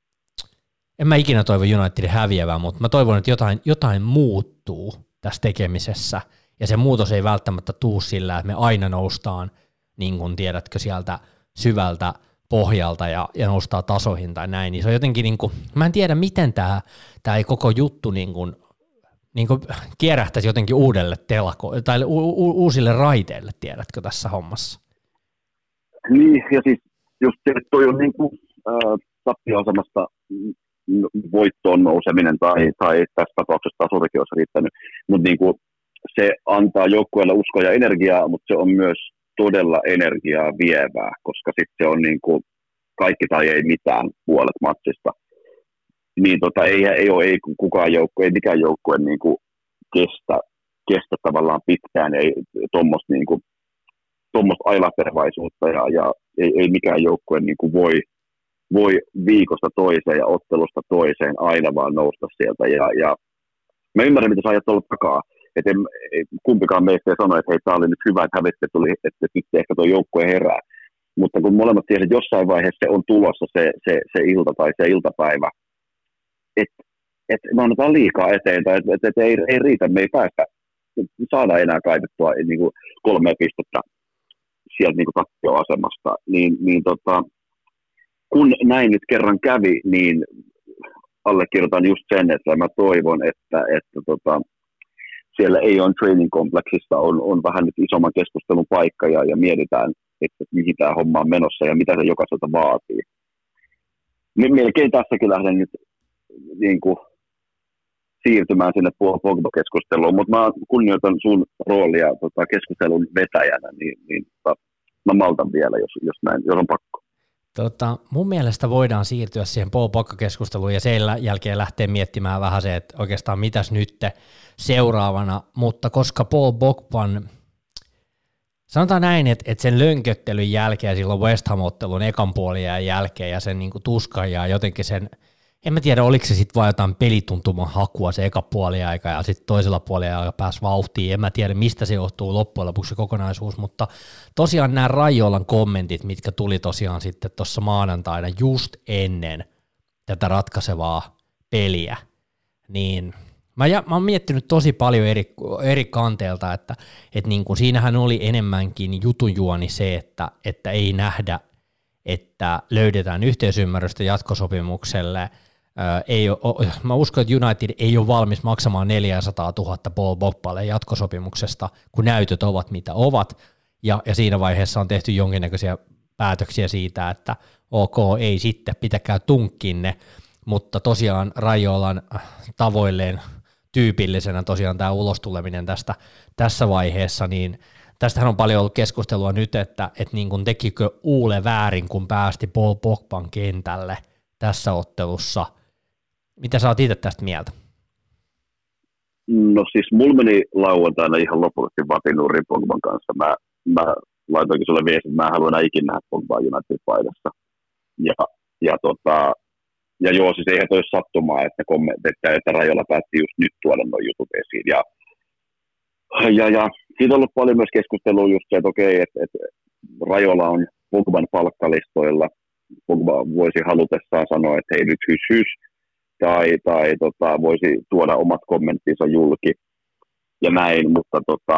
en mä ikinä toivo Unitedin häviävää, mutta mä toivon, että jotain muuttuu tässä tekemisessä, ja se muutos ei välttämättä tuu sillä, että me aina noustaan, niin kuin tiedätkö, sieltä syvältä pohjalta ja noustaa tasoihin tai näin, niin se on jotenkin, niin kuin, mä en tiedä, miten tämä ei koko juttu niin kuin niin kuin kierähtäisi jotenkin uudelle tai uusille raiteille, tiedätkö, tässä hommassa? Niin, ja siis just se, että toi on niin kuin tappio-asemasta voittoon nouseminen tai tässä tapauksessa tasurikin olisi riittänyt, mutta niin kuin se antaa joukkueelle uskoa ja energiaa, mutta se on myös todella energiaa vievää, koska sitten se on niin kuin kaikki tai ei mitään puolet matsista. Niin ei kukaan joukkue, ei mikään joukkue niin kuin kestä tavallaan pitkään, ei tuommoista niin kuin ailatervaisuutta ja ei mikään joukkue niin kuin voi viikosta toiseen ja ottelusta toiseen aina vaan nousta sieltä. Ja mä ymmärrän, mitä sä ajat tuolla takaa. Että kumpikaan meistä ei sano, että hei, tää oli nyt hyvä, että hävitte tuli, että nyt ehkä tuo joukkue herää. Mutta kun molemmat tiedät, että jossain vaiheessa se on tulossa se ilta tai se iltapäivä, että me annetaan liikaa eteen, tai että ei riitä, me ei päästä saada enää kaivettua niin kuin 3 pistettä sieltä niin kuin tappioasemasta, niin kun näin nyt kerran kävi, niin allekirjoitan just sen, että mä toivon, että siellä ei ole training-kompleksissa on vähän nyt isomman keskustelun paikka ja mietitään, että mihin tämä homma on menossa ja mitä se jokaiselta vaatii. Melkein tässäkin lähden nyt niin kuin siirtymään sinne Pogba-keskusteluun, mutta mä kunnioitan sun roolia keskustelun vetäjänä, niin mä maltan vielä, jos on pakko. Mun mielestä voidaan siirtyä siihen Paul Pogba-keskusteluun ja sen jälkeen lähteä miettimään vähän se, että oikeastaan mitäs nyt seuraavana, mutta koska Paul Pogban, sanotaan näin, että sen lönköttelyn jälkeen silloin West Ham-ottelun ekan puolien jälkeen ja sen niin kuin tuskan ja jotenkin sen, en mä tiedä, oliko se sitten vaan jotain pelituntuman hakua se eka puoliaika ja sitten toisella puoliajalla pääsi vauhtiin. En mä tiedä, mistä se johtuu loppujen lopuksi se kokonaisuus, mutta tosiaan nämä Raiolan kommentit, mitkä tuli tosiaan sitten tuossa maanantaina just ennen tätä ratkaisevaa peliä, niin mä oon miettinyt tosi paljon eri kanteelta, että niin kuin siinähän oli enemmänkin jutunjuoni se, että ei nähdä, että löydetään yhteisymmärrystä jatkosopimukselle. Mä uskon, että United ei ole valmis maksamaan 400 000 Paul Pogballe jatkosopimuksesta, kun näytöt ovat mitä ovat, ja siinä vaiheessa on tehty jonkinnäköisiä päätöksiä siitä, että ok, ei sitten, pitäkää tunkkinne, mutta tosiaan Raiolan tavoilleen tyypillisenä tosiaan tämä ulostuleminen tässä vaiheessa, niin tästähän on paljon ollut keskustelua nyt, että niin kuin tekikö Uule väärin, kun päästi Paul Pogban kentälle tässä ottelussa. Mitä sä oot itse tästä mieltä? No siis mulla meni lauantaina ihan lopullisesti vapinurin Pogban kanssa. Mä laitoinkin sulle viestin, että mä en halua enää ikinä nähdä Pogbaa United-paidassa. Ja joo, siis eihän toi sattumaa, että Raiola päätti just nyt tuoda nuo jutut esiin. Ja siitä on ollut paljon myös keskustelua just se, että okei, että Raiola on Pogban palkkalistoilla. Pogba voisi halutessaan sanoa, että hei nyt hys, tai voisi tuoda omat kommenttinsa julki ja näin, mutta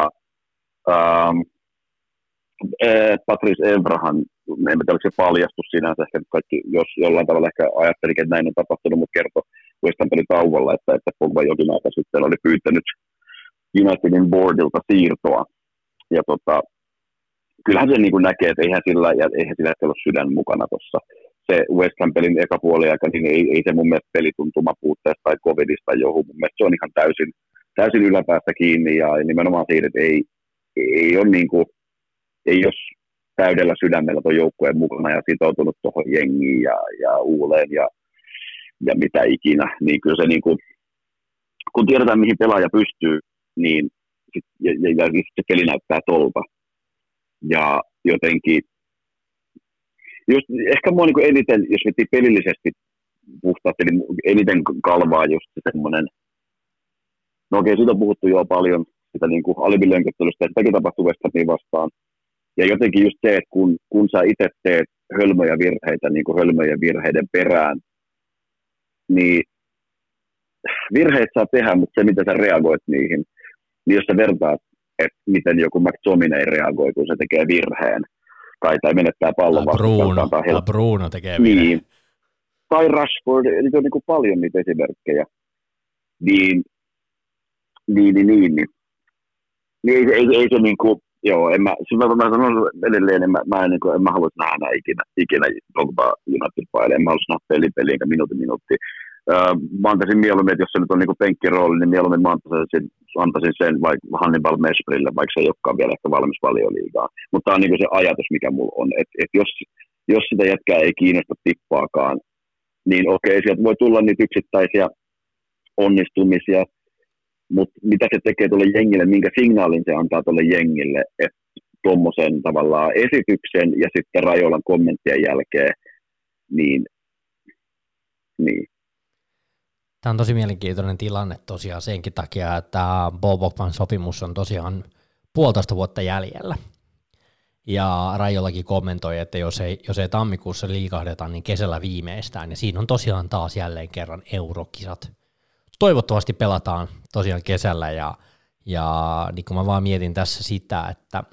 Patrice Evrahan, en tiedä, oliko se paljastus sinänsä, ehkä kaikki, jos jollain tavalla ehkä ajattelikin, että näin on tapahtunut, mutta kertoi West Ham pelin tauolla, että Pogba jokin aika sitten oli pyytänyt Unitedin boardilta siirtoa, ja kyllähän se niin kuin näkee, että eihän sillä ole sydän mukana tuossa. Se West Ham pelin eka puoliaika, niin ei se mun mielestä pelituntuma puutteesta tai covidista johdu. Mun mielestä se on ihan täysin yläpäästä kiinni ja nimenomaan siitä, että ei ole niin kuin, ei ole täydellä sydämellä tuon joukkueen mukana ja sitoutunut tuohon jengiin ja Uuleen ja mitä ikinä. Niin kyllä se niin kuin, kun tiedetään mihin pelaaja pystyy, niin ja se peli näyttää tolta. Ja jotenkin just ehkä mua niin kuin eniten, jos miettii pelillisesti puhtaasti, niin eniten kalvaa just semmoinen, no okei, siitä on puhuttu jo paljon, sitä niin kuin alibilönköttelystä, että sitäkin tapahtuu West Hamin vastaan. Ja jotenkin just se, että kun sä itse teet hölmöjä virheitä niin kuin hölmöjen virheiden perään, niin virheet saa tehdä, mutta se, miten sä reagoit niihin, niin jos sä vertaat, että miten joku McTominay reagoi, kun se tekee virheen, tai menettää pallon vastaan. Bruno tekee virheen. Niin. Tai Rashford, niitä on niin kuin paljon niitä esimerkkejä. Niin ei se niinku, joo, mä sanon edelleen, en mä haluaisi nähdä ikinä Pogba United-paille, en mä haluaisi nähdä peliä enkä minuutti. Mä antaisin mieluummin, että jos se nyt on niinku penkkirooli, niin mieluummin mä antaisin sen vaikka Hannibal Mesprille, vaikka se ei olekaan vielä ehkä valmis Valioliigaan. Mutta tämä on niinku se ajatus, mikä mulla on, että jos sitä jätkää ei kiinnosta tippaakaan, niin okei, sieltä voi tulla niitä yksittäisiä onnistumisia, mutta mitä se tekee tuolle jengille, minkä signaalin se antaa tuolle jengille, että tuommoisen tavallaan esityksen ja sitten Rajolan kommenttien jälkeen, niin. Tämä on tosi mielenkiintoinen tilanne tosiaan senkin takia, että Paul Pogban sopimus on tosiaan 1,5 vuotta jäljellä. Ja Rajolakin kommentoi, että jos ei tammikuussa liikahdeta, niin kesällä viimeistään. Ja siinä on tosiaan taas jälleen kerran eurokisat. Toivottavasti pelataan tosiaan kesällä ja niin kuin mä vaan mietin tässä sitä, että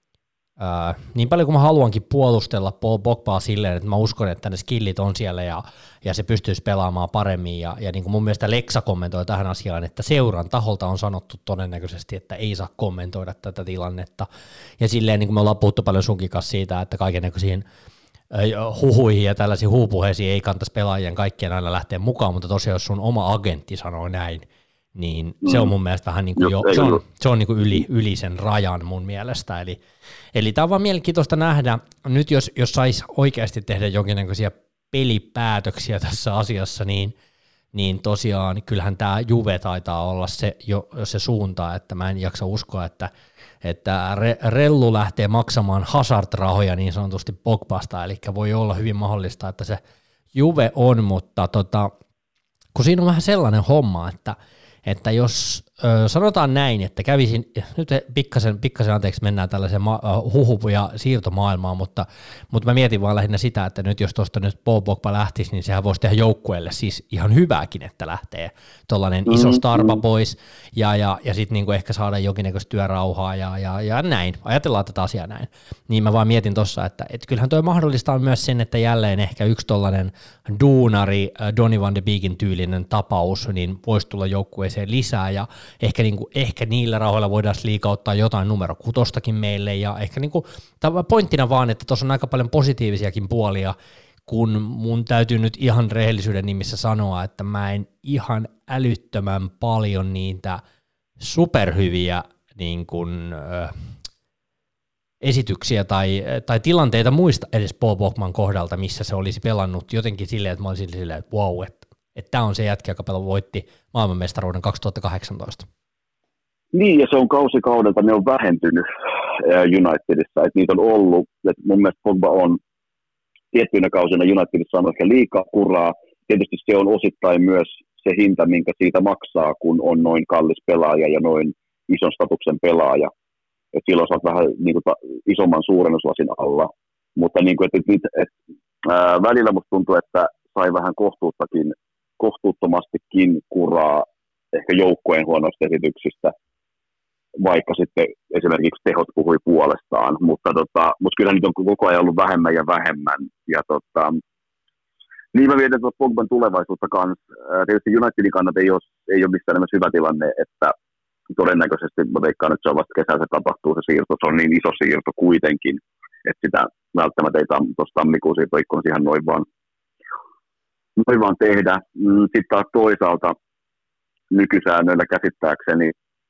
niin paljon kuin mä haluankin puolustella Paul Pogbaa silleen, että mä uskon, että ne skillit on siellä ja se pystyisi pelaamaan paremmin ja niin kuin mun mielestä Leksa kommentoi tähän asiaan, että seuran taholta on sanottu todennäköisesti, että ei saa kommentoida tätä tilannetta ja silleen niin kuin me ollaan puhuttu paljon sunkin kanssa siitä, että kaikennäköisiin huhuihin ja tällaisiin huupuheisiin ei kantaisi pelaajien kaikkien aina lähteä mukaan, mutta tosiaan jos sun oma agentti sanoo näin, niin se on mun mielestä vähän niin kuin se on niin kuin yli sen rajan mun mielestä, eli tämä on vaan mielenkiintoista nähdä, nyt jos saisi oikeasti tehdä jonkinnäköisiä pelipäätöksiä tässä asiassa, niin tosiaan kyllähän tämä Juve taitaa olla se suunta, että mä en jaksa uskoa, että Rellu lähtee maksamaan Hazard-rahoja niin sanotusti Pogbasta, eli voi olla hyvin mahdollista, että se Juve on, mutta kun siinä on vähän sellainen homma, että jos sanotaan näin, että kävisin, nyt pikkasen anteeksi mennään tällaiseen huhu- ja siirtomaailmaan, mutta mä mietin vaan lähinnä sitä, että nyt jos tuosta nyt Paul Pogba lähtisi, niin sehän voisi tehdä joukkueelle siis ihan hyvääkin, että lähtee tuollainen iso starpa pois ja sitten niinku ehkä saada jonkinnäköistä työrauhaa ja näin, ajatellaan tätä asiaa näin. Niin mä vaan mietin tuossa, että kyllähän toi mahdollistaa myös sen, että jälleen ehkä yksi tollainen duunari, Donny van de Beekin tyylinen tapaus, niin voisi tulla joukkueeseen lisää ja ehkä niillä rahoilla voidaan liikauttaa jotain numero 6 meille ja ehkä pointtina vaan, että tuossa on aika paljon positiivisiakin puolia, kun mun täytyy nyt ihan rehellisyyden nimissä sanoa, että mä en ihan älyttömän paljon niitä superhyviä niin kuin, esityksiä tai tilanteita muista edes Paul Pogban kohdalta, missä se olisi pelannut jotenkin silleen, että mä olisin silleen, että wow, että tämä on se jätkä, joka voitti maailmanmestaruuden 2018. Niin, ja se on kausikaudelta, ne on vähentynyt Unitedissa, että niitä on ollut, että mun mielestä Pogba on tiettyinä kausina Unitedissa on ehkä liikaa kuraa, tietysti se on osittain myös se hinta, minkä siitä maksaa, kun on noin kallis pelaaja ja noin ison statuksen pelaaja, että silloin saat vähän niin kuin, isomman suurennuslasin alla, mutta niin kuin, välillä musta tuntuu, että sai vähän kohtuuttomastikin kuraa ehkä joukkueen huonoista esityksistä, vaikka sitten esimerkiksi tehot puhui puolestaan, mutta kyllä nyt on koko ajan ollut vähemmän ja vähemmän, ja niin mä mietin tuossa Pogban tulevaisuutta kanssa. Tietysti Unitedin kannalta ei ole missään nimessä hyvä tilanne, että todennäköisesti mä veikkaan, että se on vasta kesällä se tapahtuu se siirto, se on niin iso siirto kuitenkin, että sitä välttämättä ei tuossa tammikuun siirtoikkunassa ihan noin vaan tehdä. Sitten taas toisaalta nykysäännöillä käsittääkseni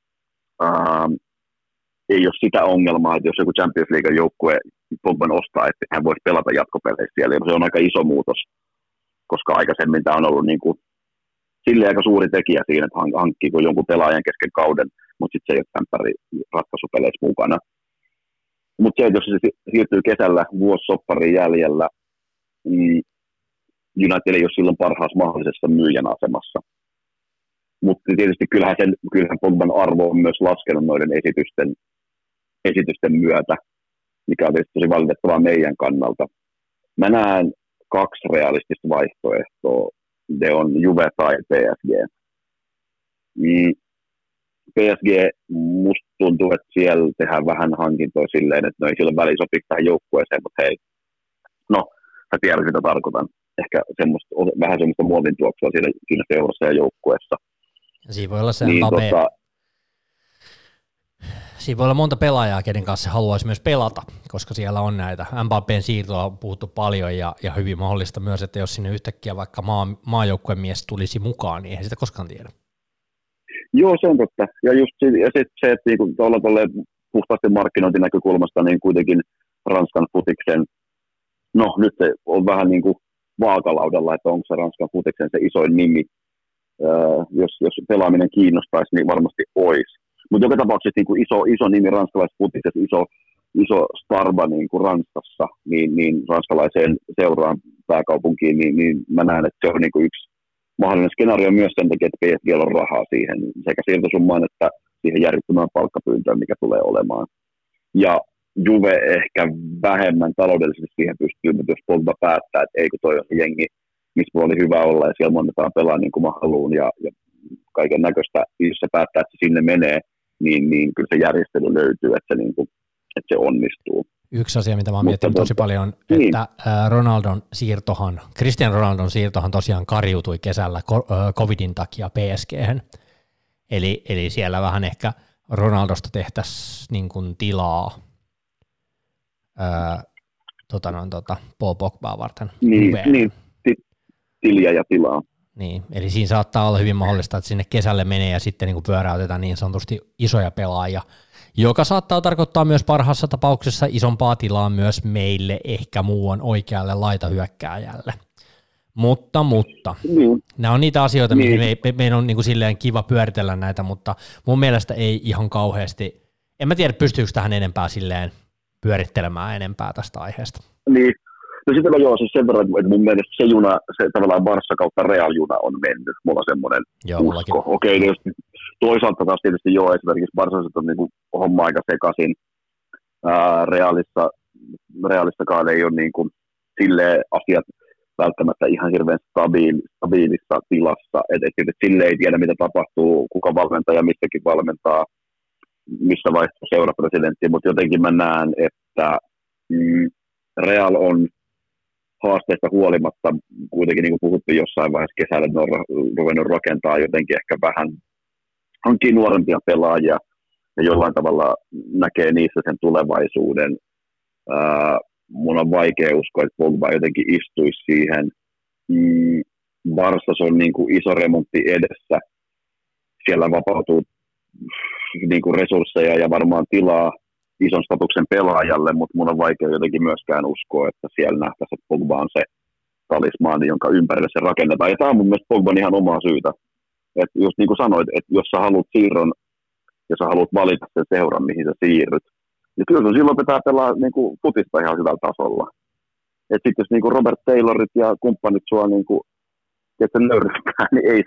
ei ole sitä ongelmaa, että jos joku Champions League joukkue Pogban ostaa, että hän voisi pelata jatkopeleissä siellä. Ja se on aika iso muutos, koska aikaisemmin tämä on ollut niin kuin silleen aika suuri tekijä siinä, että hankkiiko jonkun pelaajan kesken kauden, mutta sitten se ei ole tämpäri ratkaisupeleissä mukana. Mutta se, että jos se siirtyy kesällä vuosisopparin jäljellä, niin United ei ole silloin parhaassa mahdollisessa myyjän asemassa. Mutta tietysti kyllähän Pogban arvo on myös laskenut noiden esitysten myötä, mikä on tietysti tosi valitettavaa meidän kannalta. Mä näen 2 realistista vaihtoehtoa. Ne on Juve tai PSG. PSG, musta tuntuu, että siellä tehdään vähän hankintoja silleen, että no ei sillä väliin sopii tähän joukkueeseen, mutta hei, no, sä tiedät mitä tarkoitan. Ehkä vähän semmoista muovin tuoksua siinä seurassa ja joukkueessa. Siinä voi olla se Mbappé. siinä voi olla monta pelaajaa, kenen kanssa se haluaisi myös pelata, koska siellä on näitä. Mbappén siirtoa on puhuttu paljon ja hyvin mahdollista myös, että jos sinne yhtäkkiä vaikka maajoukkueen mies tulisi mukaan, niin eihän sitä koskaan tiedä. Joo, se on totta. Ja just se että niinku tuolla puhtaasti markkinointinäkökulmasta, niin kuitenkin Ranskan futiksen, no nyt se on vähän niin kuin vaakalaudalla, että onko se Ranskan futiksen se isoin nimi. Jos pelaaminen kiinnostaisi, niin varmasti olisi. Mutta joka tapauksessa niin kuin iso nimi ranskalaisfutiksessa, iso starba niin kuin Ranskassa, niin ranskalaiseen seuraan pääkaupunkiin, niin mä näen, että se on niin kuin yksi mahdollinen skenaario myös sen takia, että PSG:llä on rahaa siihen, sekä siirtosummaan että siihen järjettömään palkkapyyntöön, mikä tulee olemaan. Ja Juve ehkä vähemmän taloudellisesti siihen pystyy, mutta jos Pogba päättää, että eikö toi on se jengi, missä oli hyvä olla ja siellä annetaan pelaa niin kuin mä haluun ja kaiken näköistä, jos se päättää, että se sinne menee, niin kyllä se järjestely löytyy, että se onnistuu. Yksi asia, mitä mä oon miettinyt tosi paljon, on, että Cristiano Ronaldon siirtohan tosiaan kariutui kesällä covidin takia PSG-hän. Eli siellä vähän ehkä Ronaldosta tehtäisiin niin kuin tilaa Paul Pogbaa varten. Niin, tiliä ja tilaa. Niin, eli siinä saattaa olla hyvin mahdollista, että sinne kesälle menee ja sitten niin kuin pyöräytetään niin sanotusti isoja pelaajia, joka saattaa tarkoittaa myös parhaassa tapauksessa isompaa tilaa myös meille, ehkä muuan oikealle laitahyökkääjälle. Mutta nämä on niitä asioita, mihin meidän on niin kuin silleen kiva pyöritellä näitä, mutta mun mielestä ei ihan kauheasti, en mä tiedä pystyykö tähän enempää silleen pyörittelemään enempää tästä aiheesta. Niin. No sitten siis sen verran, että mun mielestä se juna, se tavallaan Barssa kautta Real-juna on mennyt. Mulla on semmoinen usko. Okei, toisaalta taas tietysti esimerkiksi Barssassa on niin homma aika sekaisin. Realissakaan ei ole niin kuin, silleen asiat välttämättä ihan hirveän stabiilissa tilassa. Et silleen ei tiedä, mitä tapahtuu, kuka valmentaja missäkin valmentaa, missä vaiheessa seurapresidentti, mutta jotenkin mä näen, että Real on haasteista huolimatta, kuitenkin niin kuin puhuttiin jossain vaiheessa kesällä, että ne on ruvennut rakentaa jotenkin ehkä vähän hankkii nuorempia pelaajia ja jollain tavalla näkee niissä sen tulevaisuuden. Mun on vaikea uskoa, että Pogba jotenkin istuisi siihen. Barssassa on niin kuin iso remontti edessä. Siellä vapautuu niin kuin resursseja ja varmaan tilaa ison statuksen pelaajalle, mutta mun on vaikea jotenkin myöskään uskoa, että siellä nähtäisiin, että Pogba on se talismaani, jonka ympärille se rakennetaan. Ja tämä on mun mielestä Pogban ihan omaa syytä. Että just niin kuin sanoit, että jos sä haluat siirron ja sä haluat valita sen seuran, mihin sä siirryt, niin kyllä sun silloin pitää pelaa niin kuin futista ihan hyvällä tasolla. Että sitten jos niin kuin Robert Taylorit ja kumppanit sua niin kuin, nöyryttää, niin ei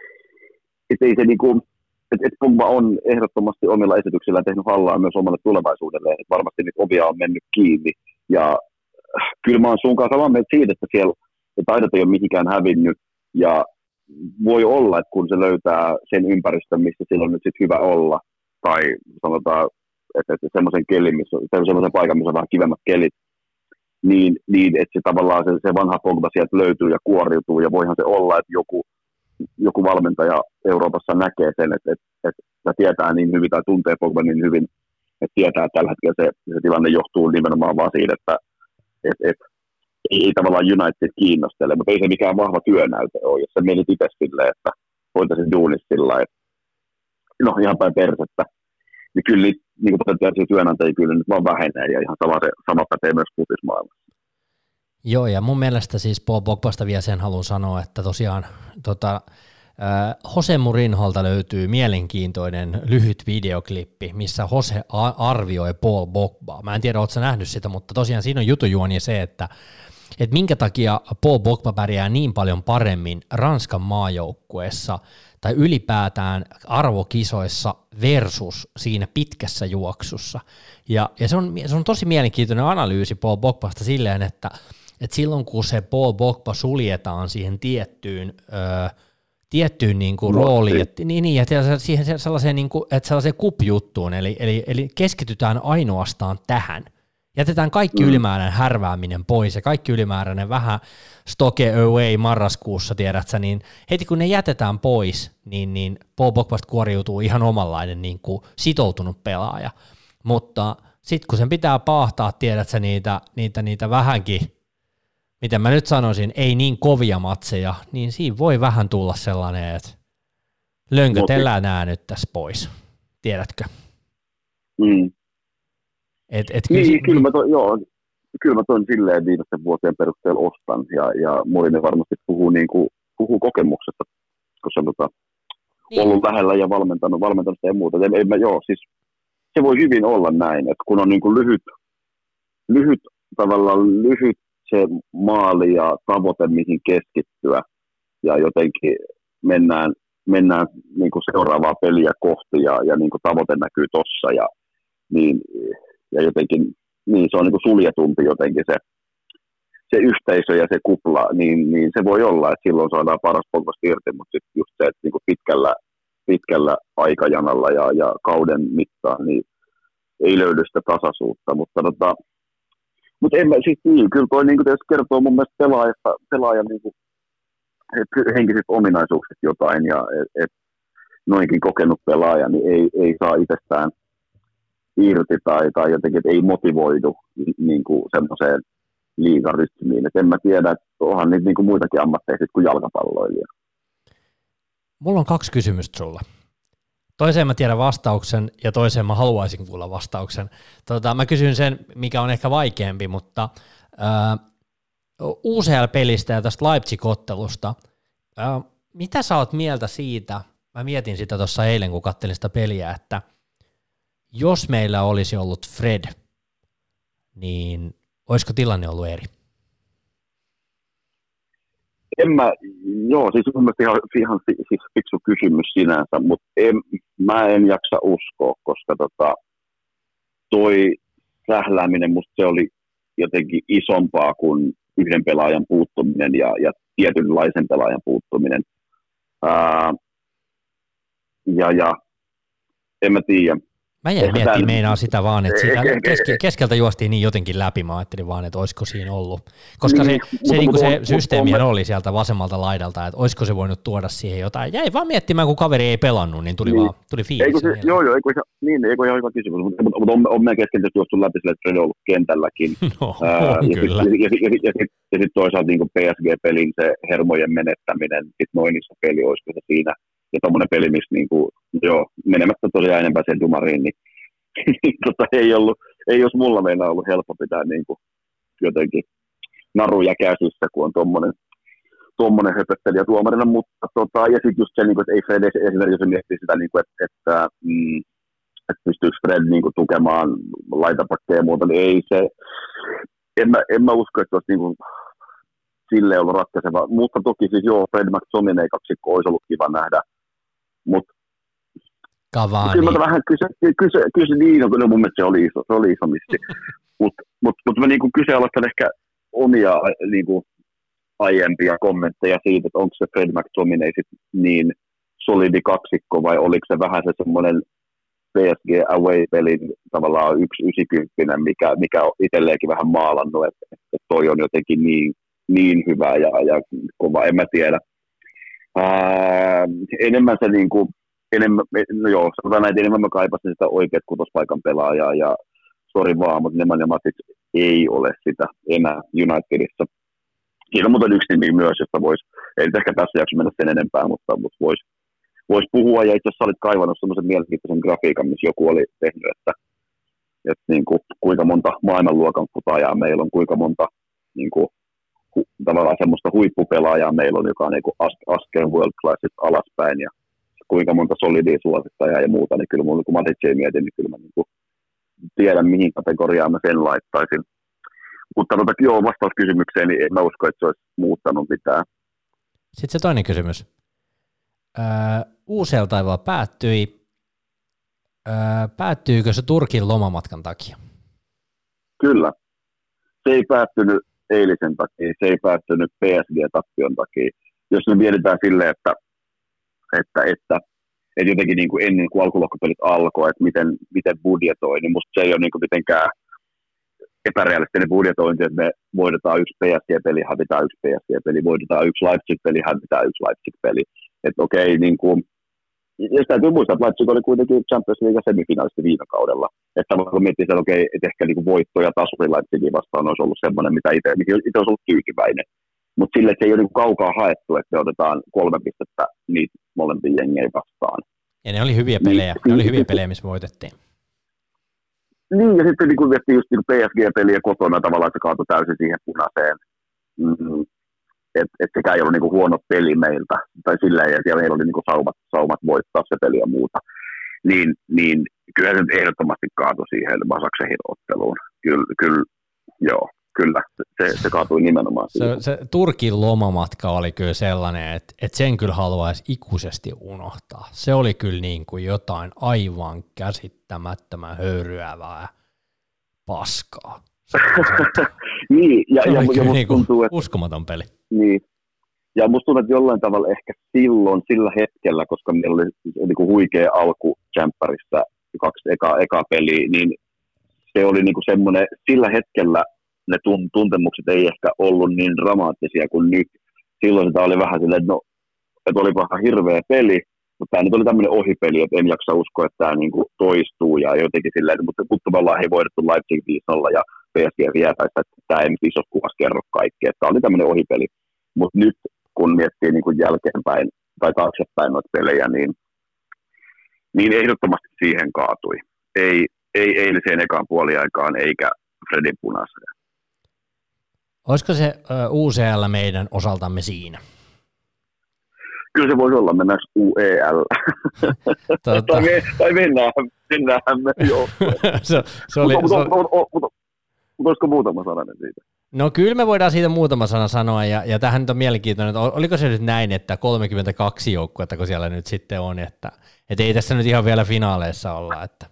se niin kuin, että Pogba on ehdottomasti omilla esityksillä tehnyt hallaa myös omalle tulevaisuudelle. Et varmasti nyt ovia on mennyt kiinni. Ja kyllä mä oon sun kanssa samaa mieltä siitä, että siellä taidot ei ole mihinkään hävinnyt. Ja voi olla, että kun se löytää sen ympäristön, missä sillä on nyt sit hyvä olla, tai sanotaan, että semmoisen kelin, semmoisen paikan, missä on vähän kivemmat kelit, niin että se tavallaan se vanha Pogba sieltä löytyy ja kuoriutuu. Ja voihan se olla, että joku valmentaja Euroopassa näkee sen, että tietää niin hyvin tai tuntee Pogba niin hyvin, että tietää, että tällä hetkellä se tilanne johtuu nimenomaan vaan siitä, että ei tavallaan United kiinnostele, mutta ei se mikään vahva työnäyte ole. Jos sä menit itse silleen, että hoitaisin duunissa sillä että no ihan päin persettä, niin kyllä niin potentiaalisia työnantajia kyllä nyt vaan vähenee ja ihan sama pätee myös futismaailmassa. Joo, ja mun mielestä siis Paul Pogbasta vielä sen haluan sanoa, että tosiaan Jose Mourinholta löytyy mielenkiintoinen lyhyt videoklippi, missä Jose arvioi Paul Pogbaa. Mä en tiedä, ootko sä nähnyt sitä, mutta tosiaan siinä on jutujuoni se, että minkä takia Paul Pogba pärjää niin paljon paremmin Ranskan maajoukkueessa tai ylipäätään arvokisoissa versus siinä pitkässä juoksussa. Ja se on tosi mielenkiintoinen analyysi Paul Pogbasta silleen, että silloin kun se Paul Pogba suljetaan siihen tiettyyn niin kuin rooliin, että siihen sellaiseen, niin kuin, että sellaiseen kupjuttuun, eli keskitytään ainoastaan tähän, Jätetään kaikki ylimääräinen härvääminen pois ja kaikki ylimääräinen vähän stoke away marraskuussa, tiedätkö, niin heti kun ne jätetään pois, niin Paul Pogbasta kuoriutuu ihan omanlainen niin kuin sitoutunut pelaaja. Mutta sitten kun sen pitää paahtaa, tiedätkö, niitä vähänkin, miten mä nyt sanoisin, ei niin kovia matseja, niin siinä voi vähän tulla sellainen, että lönkötellään nämä nyt tässä pois, tiedätkö? Kyllä mä ton silleen viimeisten vuosien perusteella ostan, ja Molinen varmasti puhuu kokemuksesta, koska on ollut lähellä ja valmentanut sitä ja muuta. Siis se voi hyvin olla näin, että kun on niin kuin lyhyt se maali ja tavoite, mihin keskittyä, ja jotenkin mennään niin kuin seuraavaa peliä kohti, ja niin kuin tavoite näkyy tossa, ja jotenkin niin se on niin kuin suljetumpi jotenkin se yhteisö ja se kupla, niin se voi olla, että silloin saadaan paras Pogbasta irti, mutta sitten just se, että niin kuin pitkällä aikajanalla ja kauden mittaan, niin ei löydy sitä tasaisuutta, mutta en mä siis kyllä toi niin kuin kertoo mun mielestä pelaajan niin kuin henkiset ominaisuukset jotain, ja et noinkin kokenut pelaaja niin ei saa itsestään irti tai jotenkin, että ei motivoidu niin kuin semmoiseen liigarytmiin. Et en mä tiedä, että onhan niitä niin kuin muitakin ammatteja kuin jalkapalloilija. Mulla on 2 kysymystä sulle. Toiseen mä tiedän vastauksen ja toiseen mä haluaisin kuulla vastauksen. Mä kysyn sen, mikä on ehkä vaikeampi, mutta UCL-pelistä ja tästä Leipzig-ottelusta, mitä sä oot mieltä siitä, mä mietin sitä tuossa eilen, kun katselin sitä peliä, että jos meillä olisi ollut Fred, niin olisiko tilanne ollut eri? Siis mun mielestä ihan siis fiksu kysymys sinänsä, mutta mä en jaksa uskoa, koska toi sählääminen musta se oli jotenkin isompaa kuin yhden pelaajan puuttuminen ja tietynlaisen pelaajan puuttuminen. Ja en mä tiedä. Mä jäin miettimään meinaa sitä vaan, että siitä keskeltä juostiin niin jotenkin läpi, mä ajattelin vaan, että olisiko siinä ollut. Koska se systeemihän oli sieltä vasemmalta laidalta, että olisiko se voinut tuoda siihen jotain. Jäi vaan miettimään, kun kaveri ei pelannut, niin tuli fiilis. Eikö ihan hyvä kysymys, mutta on meidän keskeltä juostu läpi sille, että Fred on ollut kentälläkin. Kyllä. Ja sitten toisaalta niin PSG-pelin se hermojen menettäminen, sitten Noinissa peli, olisiko se siinä. Ja tommoinen peli, missä niinku, menemättä tosiaan enempää sen dumariin, niin ei jos mulla meillä ollut helppo pitää niinku jotenkin naruja käsissä, kun on tommonen höpöttelijä tuomarina, mutta ja sitten just se, niinku, että ei Fred esimerkiksi, jos miettii sitä, niinku, että pystyykö Fred niinku tukemaan laitapakkeja ja muuta, niin ei se, en mä usko, että olisi niinku silleen ollut ratkaiseva, mutta toki siis Fred McTominay kaksikko olisi ollut kiva nähdä, mutta kyllä mä vähän kyse niin, no kyllä mun mielestä se oli iso missi, mutta mä niinku kyseenalaistan ehkä omia niinku aiempia kommentteja siitä, että onko se Fred McTominay sit niin solidi kaksikko vai oliko se vähän se semmoinen PSG away-pelin tavallaan 190, mikä on itselleenkin vähän maalannut, että toi on jotenkin niin hyvä ja kova, en mä tiedä. Enemmän se niinku, sanotaan näin, enemmän mä kaipasin sitä oikeat kutospaikan pelaajaa ja sori vaan, mutta Nemanja Matic ei ole sitä enää Unitedissa. Siinä on muuten yksi nimi myös, josta ei ehkä tässä jakso mennä sen enempää, mutta vois puhua, ja itse asiassa olit kaivannut semmoisen mielenkiintoisen grafiikan, missä joku oli tehnyt, että niin kuin, kuinka monta maailmanluokan futaajaa meillä on, kuinka monta niin kuin, tavallaan semmoista huippupelaajaa meillä on, joka on niin kuin askel world classista alaspäin, ja kuinka monta solidia suosittajaa ja muuta, niin kyllä kun Matic mietin, niin kyllä mä niin kuin tiedän, mihin kategoriaan mä sen laittaisin. Mutta vastaus kysymykseen, niin en mä usko, että se olisi muuttanut mitään. Sitten se toinen kysymys. UCL-taivaalla päättyi. Päättyykö se Turkin lomamatkan takia? Kyllä. Se ei päättynyt eilisen takia, se ei päättynyt PSG-tappion takia. Jos me mietitään silleen, että jotenkin niin kuin ennen kuin alkulohkopelit alkoi, että miten budjetoi, niin musta se ei ole niin kuin mitenkään epärealistinen budjetointi, että me voitetaan yksi PSG-peli, hävitään yksi PSG-peli, voitetaan yksi Leipzig-peli, hävitään yksi Leipzig-peli. Että okei, niin kuin, ja sitä täytyy muistaa, että Leipzig oli kuitenkin Champions League semifinaalisti viime kaudella. Että kun miettii sen, okei, että ehkä niin kuin voitto ja tasuri Leipzigin vastaan olisi ollut semmoinen, mitä itse olisi ollut tyytyväinen. Mutta sille, että se ei ole niin kaukaa haettu, että me otetaan 3 pistettä niitä molempia jengejä vastaan. Ja ne oli hyviä pelejä, missä voitettiin. Niin, ja sitten niin miettii just niin PSG-peliä kotona tavallaan, että se kaatui täysin siihen punaiseen. Että sekään ei ollut niin huono peli meiltä, tai silleen, ja siellä meillä oli niin saumat voittaa se peli ja muuta. Niin kyllä se nyt ehdottomasti kaatui siihen Basaksehin otteluun. Kyllä, se kaatui nimenomaan siihen. Se Turkin lomamatka oli kyllä sellainen, että sen kyllä haluaisi ikuisesti unohtaa. Se oli kyllä niin kuin jotain aivan käsittämättömän höyryävää paskaa. Niin, ja musta niin tuntuu, että uskomaton peli. Niin. Ja musta tuntuu, että jollain tavalla ehkä sillä hetkellä, koska meillä oli niin kuin huikea alku Jämppärissä 2 eka peliä, niin se oli niin kuin semmoinen, sillä hetkellä ne tuntemukset ei ehkä ollut niin dramaattisia kuin nyt. Silloin sitä oli vähän silleen, että oli vähän hirveä peli, mutta tämä nyt oli tämmöinen ohipeli, että en jaksa uskoa, että tämä niin kuin toistuu ja jotenkin silleen, mutta me ollaan voidettu Leipzig 5-0 ja PSG vietäistä, että tämä ei nyt isossa kuvassa kerro kaikkea, että tämä oli tämmöinen ohipeli. Mutta nyt kun miettii niin kuin jälkeenpäin tai taaksepäin noita pelejä, niin ehdottomasti siihen kaatui. Ei eiliseen ekaan puoliaikaan eikä Fredin punaiseen. Olisiko se UCL meidän osaltamme siinä? Kyllä se voisi olla, mennäänkö UEL? Tai mennään me jo. Mutta olisiko muutama sananen siitä? No kyllä me voidaan siitä muutama sana sanoa, ja tähän nyt on mielenkiintoinen, että oliko se nyt näin, että 32 joukkuetta, kun siellä nyt sitten on, että ei tässä nyt ihan vielä finaaleissa olla. Että.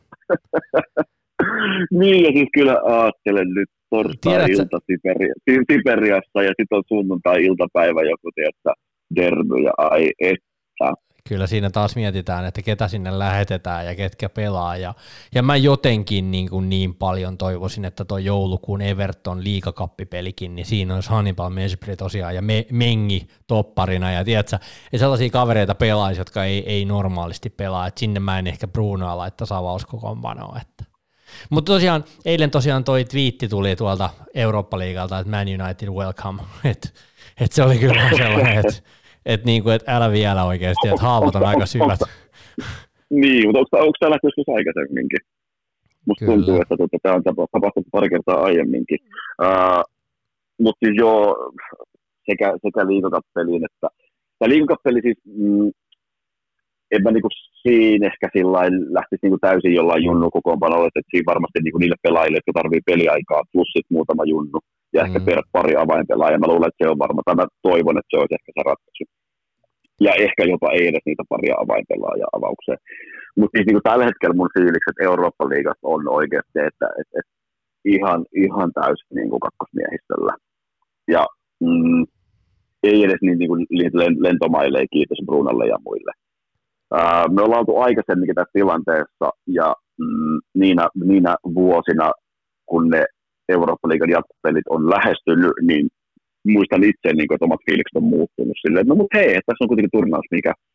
Niin, ja siis kyllä ajattelen nyt torstai-ilta Siperiassa, ja sitten on sunnuntai-iltapäivä joku, että derby, ja ai että. Kyllä siinä taas mietitään, että ketä sinne lähetetään ja ketkä pelaa, ja mä jotenkin niin paljon toivoisin, että tuo joulukuun Everton liigakappipelikin, niin siinä olisi Hannibal Mejbri tosiaan ja Mengi topparina, ja tiedätkö, ei sellaisia kavereita pelaisi, jotka ei normaalisti pelaa, että sinne mä en ehkä Brunoa laittaisi avauskokoonpanoa, että. Mutta tosiaan, eilen tosiaan toi twiitti tuli tuolta Eurooppa-liigalta, että Man United welcome, että se oli kyllä sellainen, että niinku, et älä vielä oikeasti, että haavut on aika syvät. Niin, mutta onko tämä lähti joskus aikaisemminkin? Musta tuntuu, että tämä on tapahtunut pari kertaa aiemminkin. Mutta siis joo, sekä liigacup-peliin, että tämä liigacup-peli siis, en mä niinku siinä ehkä sillain lähtisi niinku täysin jollain junnu kokoonpanolla, että siinä varmasti niinku niille pelaajille, jotka tarvii peliaikaa, plus sit muutama junnu, ja ehkä per pari avainpelaajaa. Mä luulen, että se on varma, tai mä toivon, että se olisi ehkä se ratkaisu. Ja ehkä jopa ei edes niitä paria avainpelaajaa avaukseen. Mutta siis niinku tällä hetkellä mun fiilikset Eurooppa-liigasta on oikeasti, että ihan täysin niinku kakkosmiehistöllä. Ja ei edes niinku lentomaileja, kiitos Brunalle ja muille. Me ollaan oltu aikaisemminkin tässä tilanteessa, ja niinä vuosina, kun ne Eurooppa-liigan jatkopelit on lähestynyt, niin muistan itse, että omat fiilikset on muuttunut silleen, että no mut hei, tässä on kuitenkin turnaus,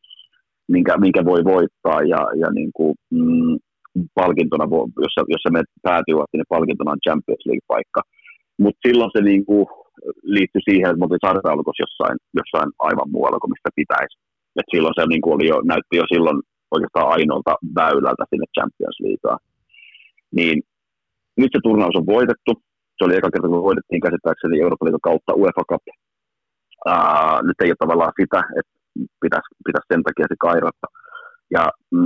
minkä voi voittaa, ja niin kuin, palkintona, jos se menet päätyvät, niin palkintona on Champions League-paikka. Mutta silloin se niin kuin liittyi siihen, että me oltiin sarjataulukossa jossain aivan muualla kuin mistä pitäisi. Et silloin se niin kuin näytti jo silloin oikeastaan ainoalta väylältä sinne Champions Leaguea. Niin nyt se turnaus on voitettu. Se oli eka kerta, kun voitettiin käsittääkseni Euroopan liiton kautta UEFA Cup. Nyt ei ole tavallaan sitä, että pitäisi sen takia se kairata. Ja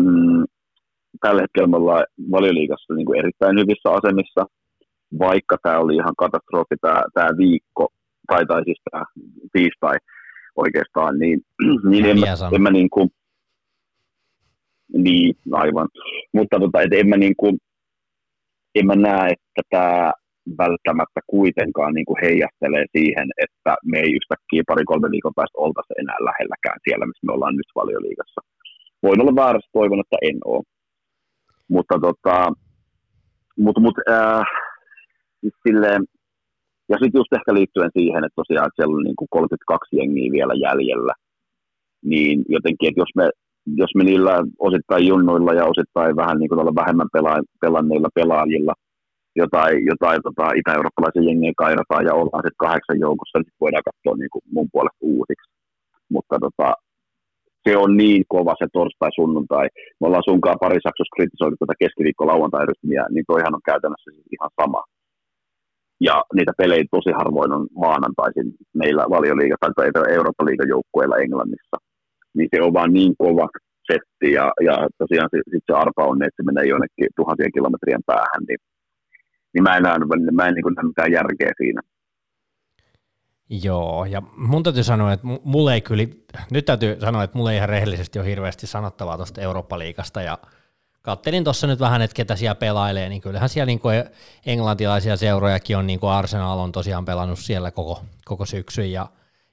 tällä hetkellä me ollaan Valioliigassa niin kuin erittäin hyvissä asemissa, vaikka tämä oli ihan katastrofi tämä viikko, tai siis tämä tiistai oikeastaan, niin en mä niin kuin, niin aivan, mutta en mä näe, että tämä välttämättä kuitenkaan niin kuin heijastelee siihen, että me ei yhtäkkiä 2-3 viikon päästä oltaisi enää lähelläkään siellä, missä me ollaan nyt Valioliigassa. Voin olla väärässä, toivon, että en ole. Mutta silleen, ja sitten just ehkä liittyen siihen, että tosiaan että siellä on niin kuin 32 jengiä vielä jäljellä, niin jotenkin, että jos me niillä osittain junnuilla ja osittain vähän niin kuin vähemmän pelanneilla pelaajilla jotain itä-eurooppalaisia jengiä kairataan ja ollaan sitten 8 joukossa, niin voidaan katsoa niin kuin mun puolesta uusiksi. Mutta se on niin kova se torstai-sunnuntai. Me ollaan sunkaan pari saksossa kritisoitu tätä keskiviikko-lauantai-rytmiä, niin toihan on käytännössä siis ihan sama. Ja niitä pelejä tosi harvoin on maanantaisin meillä Valioliiga tai Eurooppa-liigan joukkueilla Englannissa. Niin se on vaan niin kova setti ja tosiaan sit se arpa on, että se menee jonnekin 1000 kilometrien päähän, niin mä en niin näe mitään järkeä siinä. Joo, ja mun täytyy sanoa, että mulle ei kyllä, nyt täytyy sanoa, että mulle ei ihan rehellisesti ole hirveästi sanottavaa tuosta Eurooppa-liigasta, ja kattelin tuossa nyt vähän, että ketä siellä pelailee, niin kyllähän siellä niin kuin englantilaisia seurojakin on, niin kuin Arsenal on tosiaan pelannut siellä koko syksyn, ja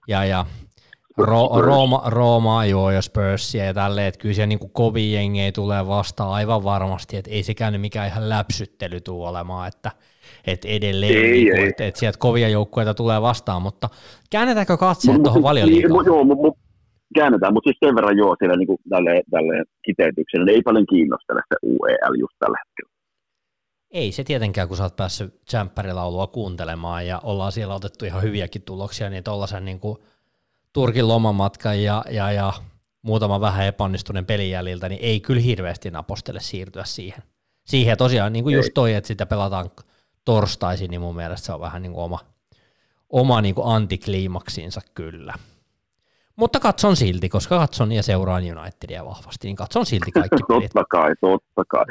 Roomaa ja Spursia ja tälleen, että kyllä siellä niin kuin kovia jengejä tulee vastaan aivan varmasti, että ei sekään nyt mikään ihan läpsyttely tule olemaan, että edelleen, että sieltä kovia joukkueita tulee vastaan, mutta käännetäänkö katseet tuohon Valioliigaan? Joo, käännetään, mutta siis sen verran siellä niin kuin tälle kiteytykselle, niin ei paljon kiinnostele se UEL just tällä hetkellä. Ei se tietenkään, kun sä oot päässyt tsemppärilaulua kuuntelemaan ja ollaan siellä otettu ihan hyviäkin tuloksia, niin tuollaisen niin kuin Turkin lomamatkan ja muutama vähän epäonnistuneen pelin jäljiltä, niin ei kyllä hirveästi napostele siirtyä siihen. Siihen tosiaan niin kuin just toi, että sitä pelataan torstaisin, niin mun mielestä se on vähän niin kuin oma niin kuin antikliimaksinsa kyllä. Mutta katson silti, koska katson ja seuraan Unitedia vahvasti, niin katson silti kaikki pelit. Totta kai.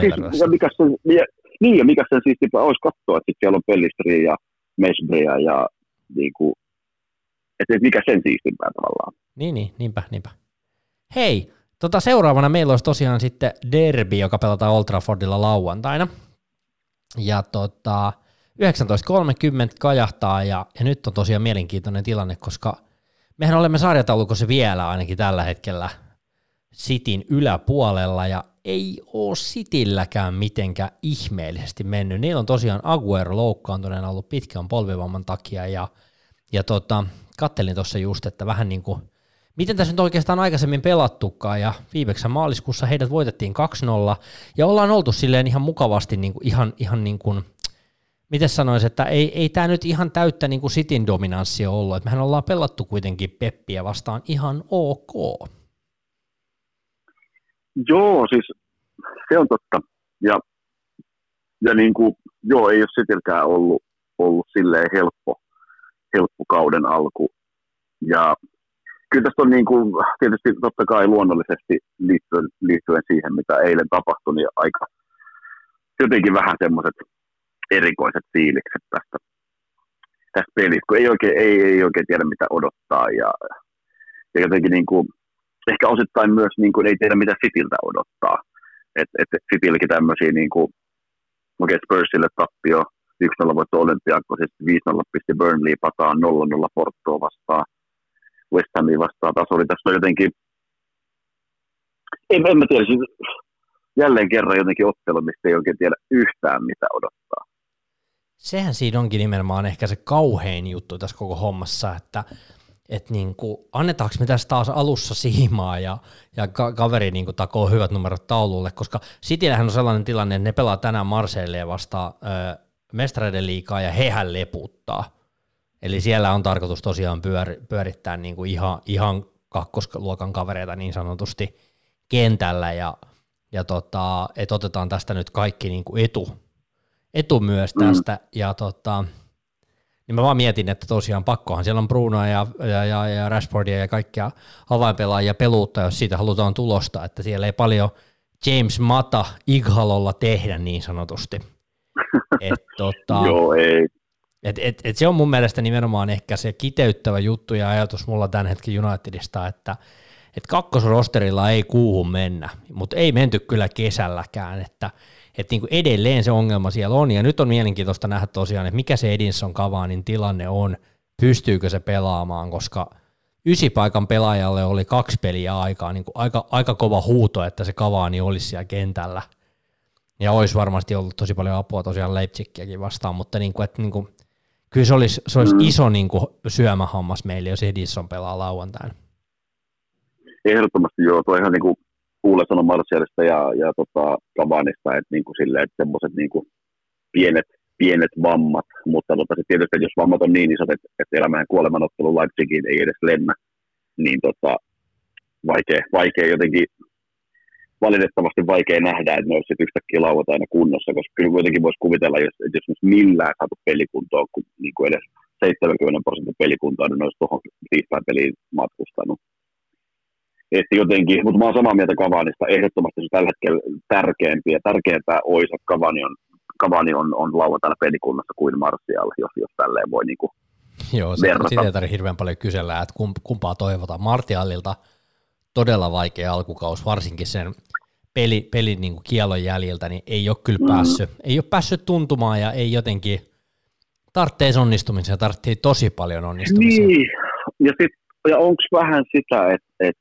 Ja mikä sen siistimpää olisi katsoa, että siellä on Pellistriä ja Mesbriä ja niin kuin, että mikä sen siistimpää tavallaan. Niin, niinpä. Hei, seuraavana meillä olisi tosiaan sitten derby, joka pelataan Old Traffordilla lauantaina. Ja 19.30 kajahtaa, ja nyt on tosiaan mielenkiintoinen tilanne, koska mehän olemme sarjataulukossa vielä ainakin tällä hetkellä Cityn yläpuolella, ja ei ole Citylläkään mitenkään ihmeellisesti mennyt. Niillä on tosiaan Aguero loukkaantuneena ollut pitkän polvivamman takia, ja kattelin tuossa just, että vähän niin kuin, miten tässä nyt oikeastaan aikaisemmin pelattukaan, ja viimeksi maaliskuussa heidät voitettiin 2-0, ja ollaan oltu silleen ihan mukavasti niin kuin ihan niin kuin, miten sanoisin, että ei tämä nyt ihan täyttä niin kuin Cityn dominanssia ollut, että mehän ollaan pelattu kuitenkin Peppiä vastaan ihan ok. Joo, siis se on totta, ja niin kuin, joo, ei ole Citylkään ollut silleen helppo kauden alku, ja kyllä tästä on niin kuin, tietysti totta kai luonnollisesti liittyen siihen, mitä eilen tapahtui, niin aika jotenkin vähän semmoiset erikoiset fiilikset tästä pelistä, kun ei oikein tiedä mitä odottaa ja jotenkin niin kuin, ehkä osittain myös niin kuin, ei tiedä mitä Cityltä odottaa. Että Citylläkin tämmöisiä niin kuin, Spursille tappio, 1-0 voitto Olympiakosista, 5-0 pisti Burnley pataan, 0-0 Portoa vastaan, West Hamia vastaan. Taas oli tässä jotenkin, en mä tiedä, siis jälleen kerran jotenkin ottelu, mistä ei oikein tiedä yhtään mitä odottaa. Sehän siinä onkin nimenomaan ehkä se kauhein juttu tässä koko hommassa, että niin kuin, annetaanko me tässä taas alussa siimaa ja kaveri niin kuin takoo hyvät numerot taululle, koska Cityllähän on sellainen tilanne, että ne pelaa tänään Marseilleen vastaan Mestareiden liigaa ja hehän leputtaa. Eli siellä on tarkoitus tosiaan pyörittää niin kuin ihan kakkosluokan kavereita niin sanotusti kentällä ja että otetaan tästä nyt kaikki niin kuin etu myös tästä ja niin mä vaan mietin, että tosiaan pakkohan siellä on Brunoa ja Rashfordia ja kaikkia avainpelaajia peluuttaa, jos siitä halutaan tulosta, että siellä ei paljon James Mata Ighalolla tehdä niin sanotusti. Joo, ei. Et se on mun mielestä nimenomaan ehkä se kiteyttävä juttu ja ajatus mulla tämän hetken Unitedista, että kakkosrosterilla ei kuuhun mennä, mutta ei menty kyllä kesälläkään, että niin kuin edelleen se ongelma siellä on, ja nyt on mielenkiintoista nähdä tosiaan, että mikä se Edinson Cavaniin tilanne on, pystyykö se pelaamaan, koska 9 paikan pelaajalle oli 2 peliä aikaa, niin kuin aika kova huuto, että se Cavani olisi siellä kentällä, Ja olisi varmasti ollut tosi paljon apua tosiaan Leipzigiäkin vastaan, mutta niin kuin, että niin kuin, kyllä se olisi iso niin kuin syömähammas meille, jos Edison pelaa lauantaina. Ehdottomasti joo, toi ihan niin kuin Kuule sanoi Martialista ja Cavanista, että niin kuin silleen, että semmoiset niin kuin pienet vammat, mutta se tietysti, että jos vammat on niin isot, että elämän ja kuoleman ottelu Leipzigiin ei edes lennä, niin vaikea jotenkin, valitettavasti vaikea nähdä, että ne olisivat yhtäkkiä lauantaina kunnossa, koska kyllä kuitenkin voisi kuvitella, että jos millään saatu pelikuntoon, kun niin kuin edes 70% pelikuntoa, niin ne olisi tuohon tiistain peliin matkustanut. Että jotenkin, mutta mä oon samaa mieltä Cavanista, ehdottomasti se tällä hetkellä tärkeämpää olisi, että Cavani on lauantaina pelikunnassa kuin Martial, jos tälleen voi niinku verrata. Sitä ei tarvitse hirveän paljon kysellä, että kumpaa toivotaan. Martialilta todella vaikea alkukaus, varsinkin sen pelin niin kuin kielon jäljiltä, niin ei ole kyllä päässyt tuntumaan ja ei jotenkin tarvitsee onnistumisia, tarvitsee tosi paljon onnistumisia. Niin, ja onko vähän sitä, että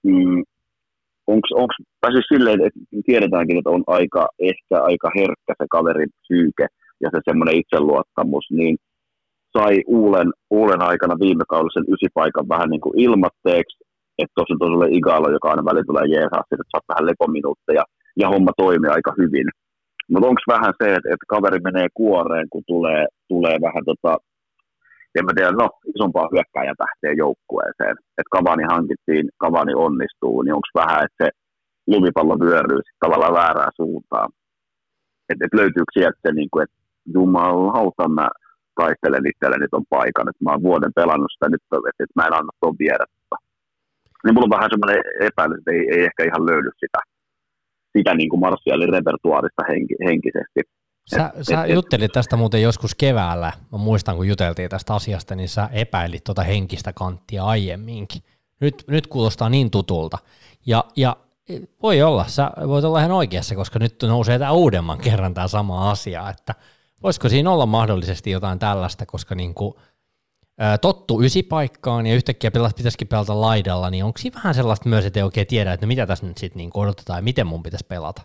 onko siis silleen, että tiedetäänkin, että on ehkä aika herkkä se kaverin psyyke ja se semmoinen itseluottamus, niin sai Uulen aikana viime kaudella sen 9 paikan vähän niin kuin ilmatteeksi, että tuossa on Igalo, joka aina välillä tulee jeesaa, että saat vähän lepominuutteja ja homma toimii aika hyvin. Mutta onko vähän se, että kaveri menee kuoreen, kun tulee vähän en mä tiedä, isompaa hyökkääjätähteä joukkueeseen. Että Cavani hankittiin, Cavani onnistuu, niin onko vähän, että se lumipallo vyöryy tavallaan väärään suuntaan. Että löytyykö sieltä se, niin kuin, että jumalauta mä taistelen itselleni ton paikan, että mä oon vuoden pelannut sitä nyt, että mä en anna ton viedä. Niin mulla on vähän semmoinen epäilys, että ei ehkä ihan löydy sitä niin kuin Martialin repertuaarista henkisesti. Sä juttelit tästä muuten joskus keväällä, mä muistan kun juteltiin tästä asiasta, niin sä epäilit tuota henkistä kanttia aiemminkin. Nyt kuulostaa niin tutulta. Ja voi olla, sä voit olla ihan oikeassa, koska nyt nousee tämä uudemman kerran tämä sama asia, että voisiko siinä olla mahdollisesti jotain tällaista, koska niinku, tottu 9 paikkaan ja yhtäkkiä pitäisikin pelata laidalla, niin onko siinä vähän sellaista myös, että ei oikein tiedä, että no mitä tässä nyt sitten niinku odotetaan ja miten mun pitäisi pelata?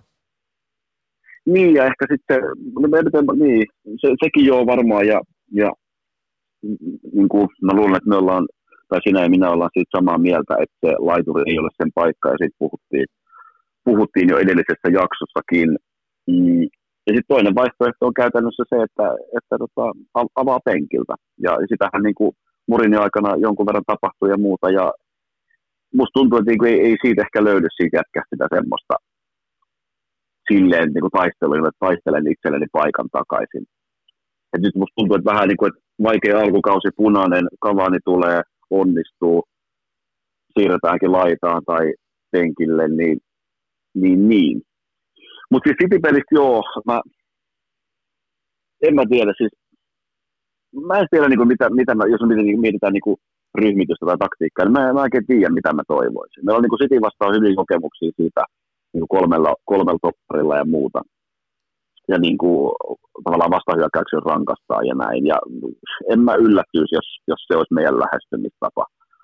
Niin, ja ehkä sitten, niin, sekin joo varmaan, ja niin kuin mä luulen, että me ollaan, tai sinä ja minä ollaan siitä samaa mieltä, että se laituri ei ole sen paikka, ja siitä puhuttiin jo edellisessä jaksossakin. Ja sitten toinen vaihtoehto on käytännössä se, että avaa penkiltä, ja sitähän niin kuin Mourinhon aikana jonkun verran tapahtui ja muuta, ja musta tuntuu, että ei siitä ehkä löydy siitä jätkästä sitä semmoista, silleen niin kuin taistelen itselleni paikan takaisin. Et nyt musta tuntuu, että vähän niin kuin, että vaikea alkukausi, punainen, Cavani tulee, onnistuu, siirretäänkin laitaan tai penkille, niin. Mutta siis City-pelistä joo, en mä tiedä, siis mä en tiedä, niin kuin, mitä jos mietitään niin kuin ryhmitystä tai taktiikkaa, niin mä en oikein tiedä, mitä mä toivoisin. Meillä on niin kuin City vastaan hyviä kokemuksia siitä, niin kolmella topparilla ja muuta. Ja niin kuin, tavallaan vastahyökkäyksen rankastaa ja näin. Ja en mä yllättyisi, jos se olisi meidän lähestymistapa.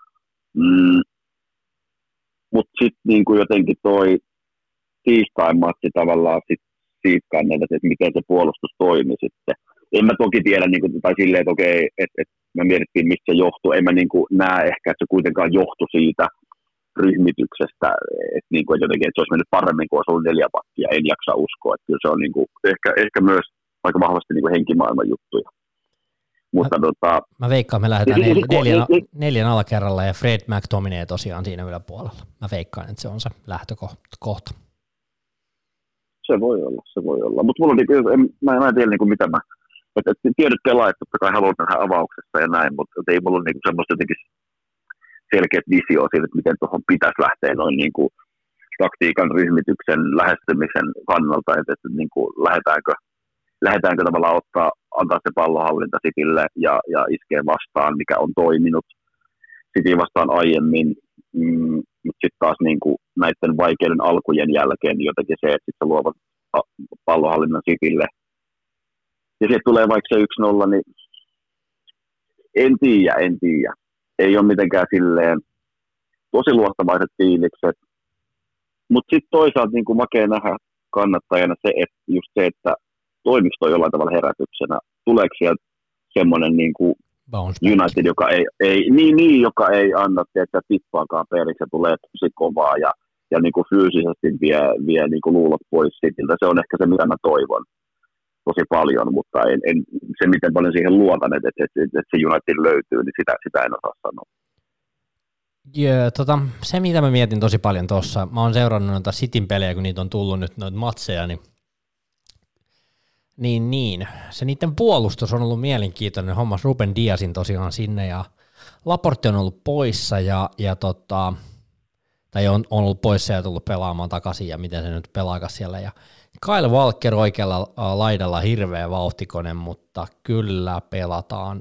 Mutta sitten niin kuin jotenkin toi tiistain matsi tavallaan siitä kannalta, että miten se puolustus toimi sitten. En mä toki tiedä, niin kuin, tai silleen, että okei, että me mietittiin, mistä se johtuu. En mä niin kuin näe ehkä, että se kuitenkaan johtui siitä ryhmityksestä, että niinku, et jotenkin, että se olisi mennyt paremmin kuin olisi ollut 4 pakkia, en jaksa uskoa, että kyllä se on niinku, ehkä myös aika vahvasti niinku henkimaailman juttuja. Mutta mä veikkaan, me lähdetään 4 alakerralla ja Fred McTominay tosiaan siinä yläpuolella. Mä veikkaan, että se on se lähtökohta. Se voi olla, mutta mulla on niinku, mä en tiedä niinku mitä mä, että tiedyt pelaajat totta kai haluan nähdä avauksessa ja näin, mutta ei mulla ole niinku semmoista jotenkin selkeät visio siitä, että miten tuohon pitäisi lähteä noin niin kuin taktiikan, ryhmityksen, lähestymisen kannalta, että niin kuin lähdetäänkö tavallaan antaa se pallohallinta Citylle ja iskee vastaan, mikä on toiminut City vastaan aiemmin, mutta sitten taas niin kuin näiden vaikeiden alkujen jälkeen niin jotenkin se, että sitten luovat pallohallinnan Citylle. Ja sitten tulee vaikka se 1-0, niin en tiedä. Ei ole mitenkään silleen tosi luottavaiset fiilikset. Mutta sitten toisaalta niin makea nähdä kannattajana just se, että toimiko toi jollain tavalla herätyksenä. Tuleeko sieltä semmoinen niin kuin United, joka joka ei anna että tippaakaan periksi ja tulee tosi kovaa ja niin kuin fyysisesti vie niin kuin luulot pois Cityltä. Se on ehkä se, mitä mä toivon tosi paljon, mutta en se, miten paljon siihen luotan, että se United löytyy, niin sitä en osaa sanoa. Joo, se, mitä mä mietin tosi paljon tuossa, mä oon seurannut noita Cityn pelejä, kun niitä on tullut nyt noita matseja, niin, se niiden puolustus on ollut mielenkiintoinen, hommas Ruben Diasin tosiaan sinne, ja Laporte on ollut poissa, tai on ollut poissa ja tullut pelaamaan takaisin, ja miten se nyt pelaakas siellä, ja Kyle Walker oikealla laidalla hirveä vauhtikonen, mutta kyllä pelataan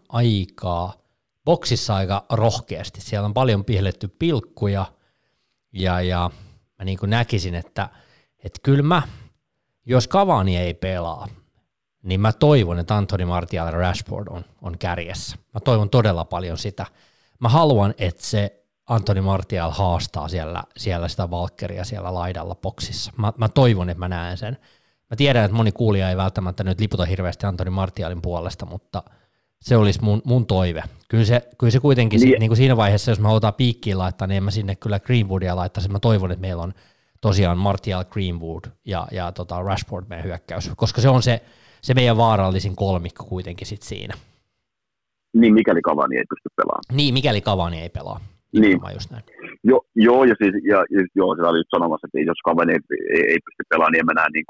boksissa aika rohkeasti. Siellä on paljon pihelletty pilkkuja, ja mä niin kuin näkisin, että kyllä jos Cavani ei pelaa, niin mä toivon, että Anthony Martial ja Rashford on kärjessä. Mä toivon todella paljon sitä. Mä haluan, että se Anthony Martial haastaa siellä sitä Walkeria siellä laidalla boksissa. Mä toivon, että mä näen sen. Mä tiedän, että moni kuulija ei välttämättä nyt liputa hirveästi Anthony Martialin puolesta, mutta se olisi mun toive. Kyllä se kuitenkin niin kuin siinä vaiheessa, jos me halutaan piikkiin laittaa, niin en mä sinne kyllä Greenwoodia laittaisi. Mä toivon, että meillä on tosiaan Martial, Greenwood ja Rashford meidän hyökkäys, koska se on se meidän vaarallisin kolmikko kuitenkin sit siinä. Niin, mikäli Cavani ei pysty pelaamaan. Niin, mikäli Cavani ei pelaa. Niin. Just näin. Joo, ja siis, sitä oli just sanomassa, että jos Cavani ei pysty pelaamaan, niin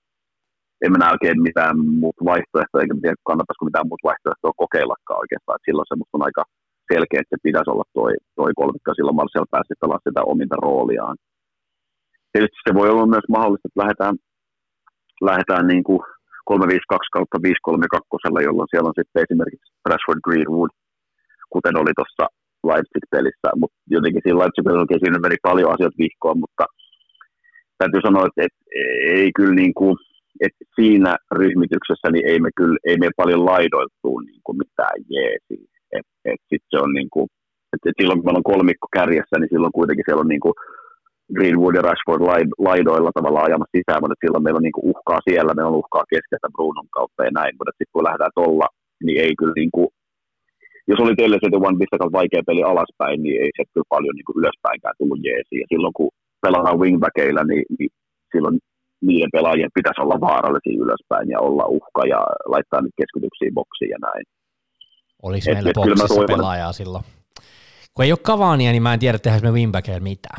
en mä näe oikein mitään muuta vaihtoehtoa, eikä tiedä, kannattaisiko mitään muuta vaihtoehtoa kokeillakaan oikeastaan. Et silloin se musta on aika selkeä, että se pitäisi olla toi kolmikko, silloin Martial pääsi pelaamaan sitä ominta rooliaan. Tietysti se voi olla myös mahdollista, että lähdetään niin kuin 3-5-2 kautta 5-3-2, jolloin siellä on sitten esimerkiksi Rashford, Greenwood, kuten oli tuossa Leipzig-pelissä, mutta jotenkin siinä Leipzig-pelissä siinä meni paljon asioita vihkoon, mutta täytyy sanoa, että ei kyllä niin kuin, että siinä ryhmityksessä niin ei me paljon laidoiltu niin kuin mitään jeesiä. Sitten se on niin kuin, että silloin kun meillä on kolmikko kärjessä, niin silloin kuitenkin siellä on niin kuin Greenwood ja Rashford laidoilla tavallaan ajamassa sisään, mutta silloin meillä on niin kuin uhkaa siellä, meillä on uhkaa keskeltä Brunon kautta ja näin, mutta sitten kun lähdetään tolla, niin ei kyllä niin kuin, jos oli teille se One Bissacalta vaikea peli alaspäin, niin ei se kyllä paljon niin kuin ylöspäinkään tullut jeesiä. Ja silloin kun pelataan wingbackeilla, niin silloin niiden pelaajien pitäisi olla vaarallisia ylöspäin ja olla uhka ja laittaa nyt keskityksiä boksiin ja näin. Olisi meillä boksissa pelaajaa silloin. Kun ei ole Cavania, niin mä en tiedä, tehdäänkö me wingbackeilla mitään.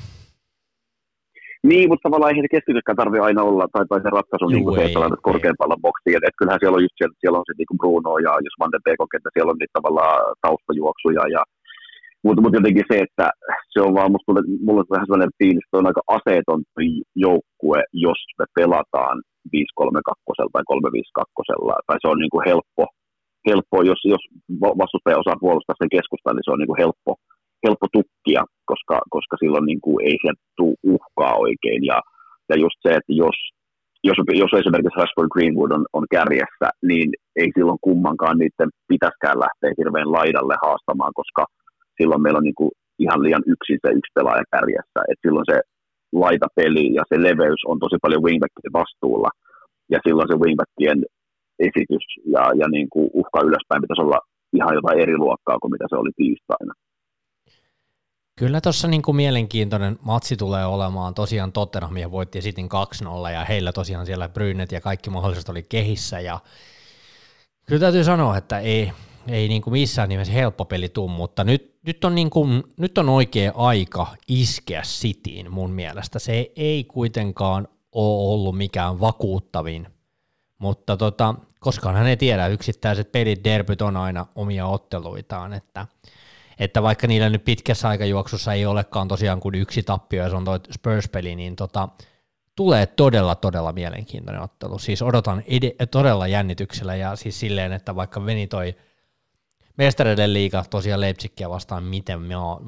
Niin, mutta tavallaan ei se keskitykään tarvitse aina olla, tai se ratkaisu niin kuin se, että laitat korkeampalla boksiin. Et kyllähän siellä on just siellä on se niin kuin Bruno ja jos Van de Beek, että siellä on niitä tavallaan taustajuoksuja. Mutta jotenkin se, että se on vaan, mulla on vähän sellainen fiilis, että on aika aseeton joukkue, jos me pelataan 5-3-2 tai 3-5-2. Tai se on niin kuin helppo jos vastustaja osaa puolustaa sen keskustaan, niin se on niin kuin helppo tukkia, koska silloin niin kuin ei sieltä tule uhkaa oikein. Ja just se, että jos esimerkiksi Rashford Greenwood on kärjessä, niin ei silloin kummankaan niiden pitäisikään lähteä hirveän laidalle haastamaan, koska silloin meillä on niin kuin ihan liian yksin se yksi pelaaja kärjessä. Et silloin se laitapeli ja se leveys on tosi paljon wingbackien vastuulla. Ja silloin se wingbackien esitys ja niin kuin uhka ylöspäin pitäisi olla ihan jotain eri luokkaa kuin mitä se oli tiistaina. Kyllä tuossa niinku mielenkiintoinen matsi tulee olemaan. Tosiaan Tottenhamia voitti Cityn 2-0 ja heillä tosiaan siellä Brynnet ja kaikki mahdolliset oli kehissä. Ja kyllä täytyy sanoa, että ei niinku missään nimessä helppo peli tule, mutta nyt on oikea aika iskeä Cityin mun mielestä. Se ei kuitenkaan ole ollut mikään vakuuttavin, mutta koskaanhan ei tiedä, yksittäiset pelit, derbyt on aina omia otteluitaan, että vaikka niillä nyt pitkässä aikajuoksussa ei olekaan tosiaan kuin yksi tappio ja se on toi Spurs-peli, niin tulee todella, todella mielenkiintoinen ottelu. Siis odotan todella jännityksellä ja siis silleen, että vaikka meni toi Mestareiden liiga tosiaan Leipzigia vastaan, miten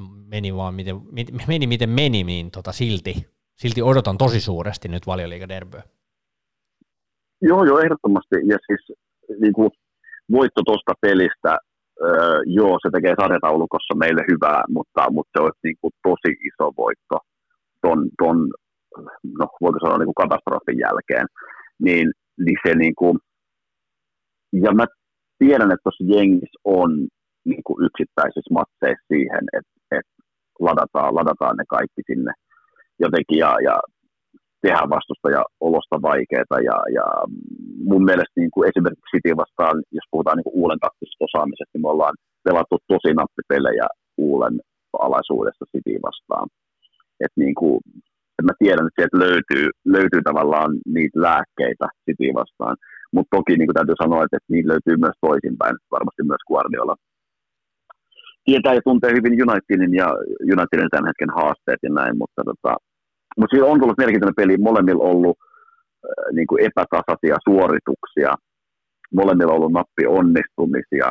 meni, niin silti odotan tosi suuresti nyt Valioliiga-derbyä. Joo, ehdottomasti. Ja siis niin kuin voitto tuosta pelistä, se tekee sarjataulukossa meille hyvää, mutta se olisi niin kuin tosi iso voitto ton no voiko sanoa niin kuin katastrofin jälkeen, niin se niin kuin, ja mä tiedän, että tuossa jengissä on niin kuin yksittäisissä matseissa siihen, että ladataan ne kaikki sinne jotenkin ja tehdään vastustaja olosta vaikeaa ja mun mielestä niin kuin esimerkiksi City vastaan, jos puhutaan niin kuin Uulen taktisesta osaamisesta, niin me ollaan pelattu tosi nappipelejä Uulen alaisuudessa City vastaan. Niin kuin, että mä tiedän, että sieltä löytyy tavallaan niitä lääkkeitä City vastaan, mutta toki niin kuin täytyy sanoa, että niitä löytyy myös toisinpäin, varmasti myös Guardiola tietää ja tuntee hyvin Unitedin tämän hetken haasteet ja näin, mutta siinä on tullut mielenkiintoinen peli, molemmilla ollut niin kuin epätasaisia suorituksia, molemmilla on ollut nappionnistumisia.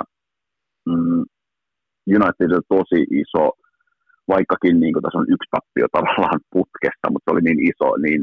United on tosi iso, vaikkakin niin kuin tässä on yksi tappio tavallaan putkesta, mutta se oli niin iso, niin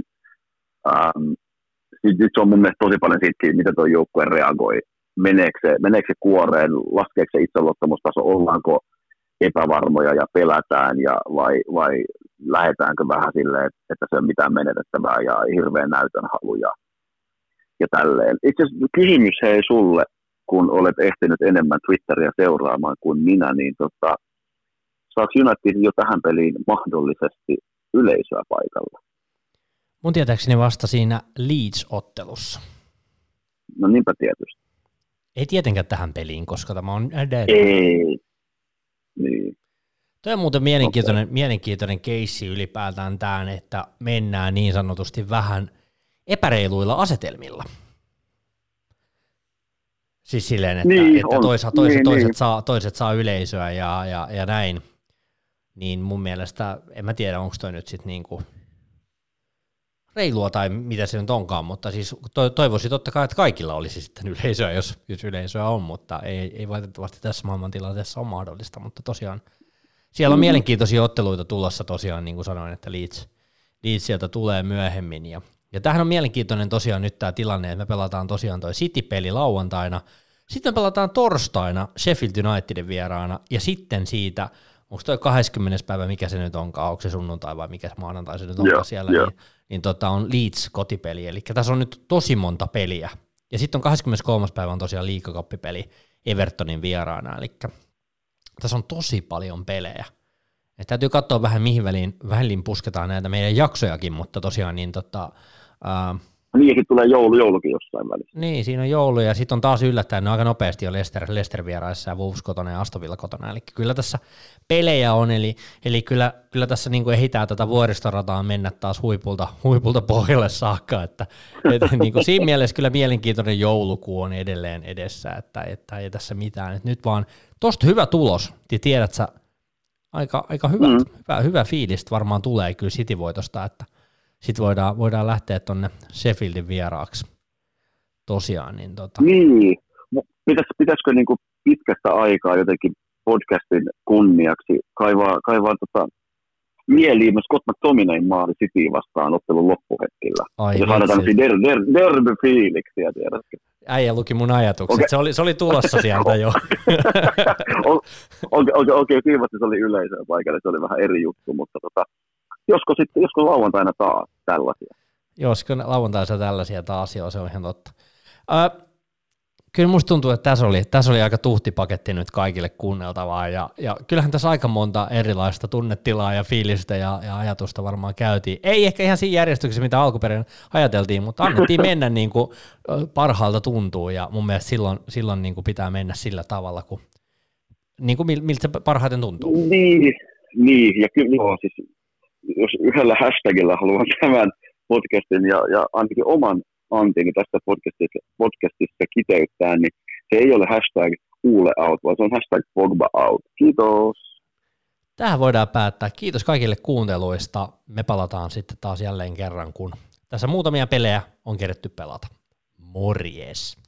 nyt se on mun mielestä tosi paljon siitä, miten tuo joukkue reagoi. Meneekö se kuoreen, laskeeko se itseluottamustaso, ollaanko epävarmoja ja pelätään, vai lähdetäänkö vähän silleen, että se on mitään menetettävää ja hirveän näytön halu ja tälleen. Itse asiassa kysymys hei sulle, kun olet ehtinyt enemmän Twitteriä seuraamaan kuin minä, niin saako United jo tähän peliin mahdollisesti yleisöä paikalla? Mun tietääkseni vasta siinä Leeds-ottelussa. No niinpä tietysti. Ei tietenkään tähän peliin, koska tämä on Ei. Niin. Tuo on muuten mielenkiintoinen keissi ylipäätään tämän, että mennään niin sanotusti vähän epäreiluilla asetelmilla. Siis silleen, että toiset saa yleisöä ja näin. Niin mun mielestä, en mä tiedä, onko toi nyt sitten niinku reilua tai mitä se nyt onkaan, mutta siis toivoisin totta kai, että kaikilla olisi sitten yleisöä, jos yleisöä on, mutta ei valitettavasti tässä maailmantilanteessa ole mahdollista, mutta tosiaan siellä on mielenkiintoisia otteluita tulossa tosiaan, niin kuin sanoin, että Leeds sieltä tulee myöhemmin, ja tämähän on mielenkiintoinen tosiaan nyt tämä tilanne, että me pelataan tosiaan toi City-peli lauantaina, sitten me pelataan torstaina Sheffield Unitedin vieraana, ja sitten siitä, onko toi 20. päivä, mikä se nyt onkaan, onko se sunnuntai vai mikä maanantai se nyt onkaan siellä, niin on Leeds kotipeli, eli tässä on nyt tosi monta peliä, ja sitten on 23. päivä on tosiaan liigakappipeli Evertonin vieraana, eli tässä on tosi paljon pelejä. Et täytyy katsoa vähän mihin väliin pusketaan näitä meidän jaksojakin, mutta tosiaan niin niin, ja sitten tulee joulukin jossain välissä. Niin, siinä on joulu, ja sitten on taas yllättäen aika nopeasti jo Leicester vieraissa ja Wolves kotona ja Aston Villa kotona, eli kyllä tässä pelejä on, eli kyllä tässä niin kuin ehditään tätä vuoristorataa mennä taas huipulta pohjalle saakka, että niin kuin siinä mielessä kyllä mielenkiintoinen joulukuu on edelleen edessä, että ei tässä mitään, että nyt vaan tosta hyvä tulos, tiedät sä, aika hyvä fiilistä varmaan tulee kyllä City-voitosta, että sitten voidaan lähteä tuonne Sheffieldin vieraaksi tosiaan. Niin Niin, pitäisikö niinku pitkästä aikaa jotenkin podcastin kunniaksi kaivaa mieliin Scott McTominayn maali Cityin vastaan ottelun loppuhetkillä. Ai, ja saadaan tämmöisiä derby-fiiliksiä, tiedätkö? Äijä luki mun ajatukset, okay. Se oli tulossa sieltä jo. Okei, kiivasti se oli yleisöä paikalla, se oli vähän eri juttu, mutta josko lauantaina taas tällaisia. Josko lauantaina tällaisia taas, joo, se on ihan totta. Kyllä musta tuntuu, että tässä oli aika tuhtipaketti nyt kaikille kuunneltavaa, ja kyllähän tässä aika monta erilaista tunnetilaa ja fiilistä ja ajatusta varmaan käytiin. Ei ehkä ihan siinä järjestyksessä, mitä alkuperin ajateltiin, mutta annettiin mennä niin kuin parhaalta tuntuu, ja mun mielestä silloin niin kuin pitää mennä sillä tavalla, niin kuin miltä se parhaiten tuntuu. Niin ja kyllä joo, siis jos yhdellä hashtagilla haluan tämän podcastin ja ainakin oman antini tästä podcastista kiteyttää, niin se ei ole hashtag Uule out, vaan se on hashtag Pogba out. Kiitos. Tähän voidaan päättää. Kiitos kaikille kuunteluista. Me palataan sitten taas jälleen kerran, kun tässä muutamia pelejä on keretty pelata. Morjes!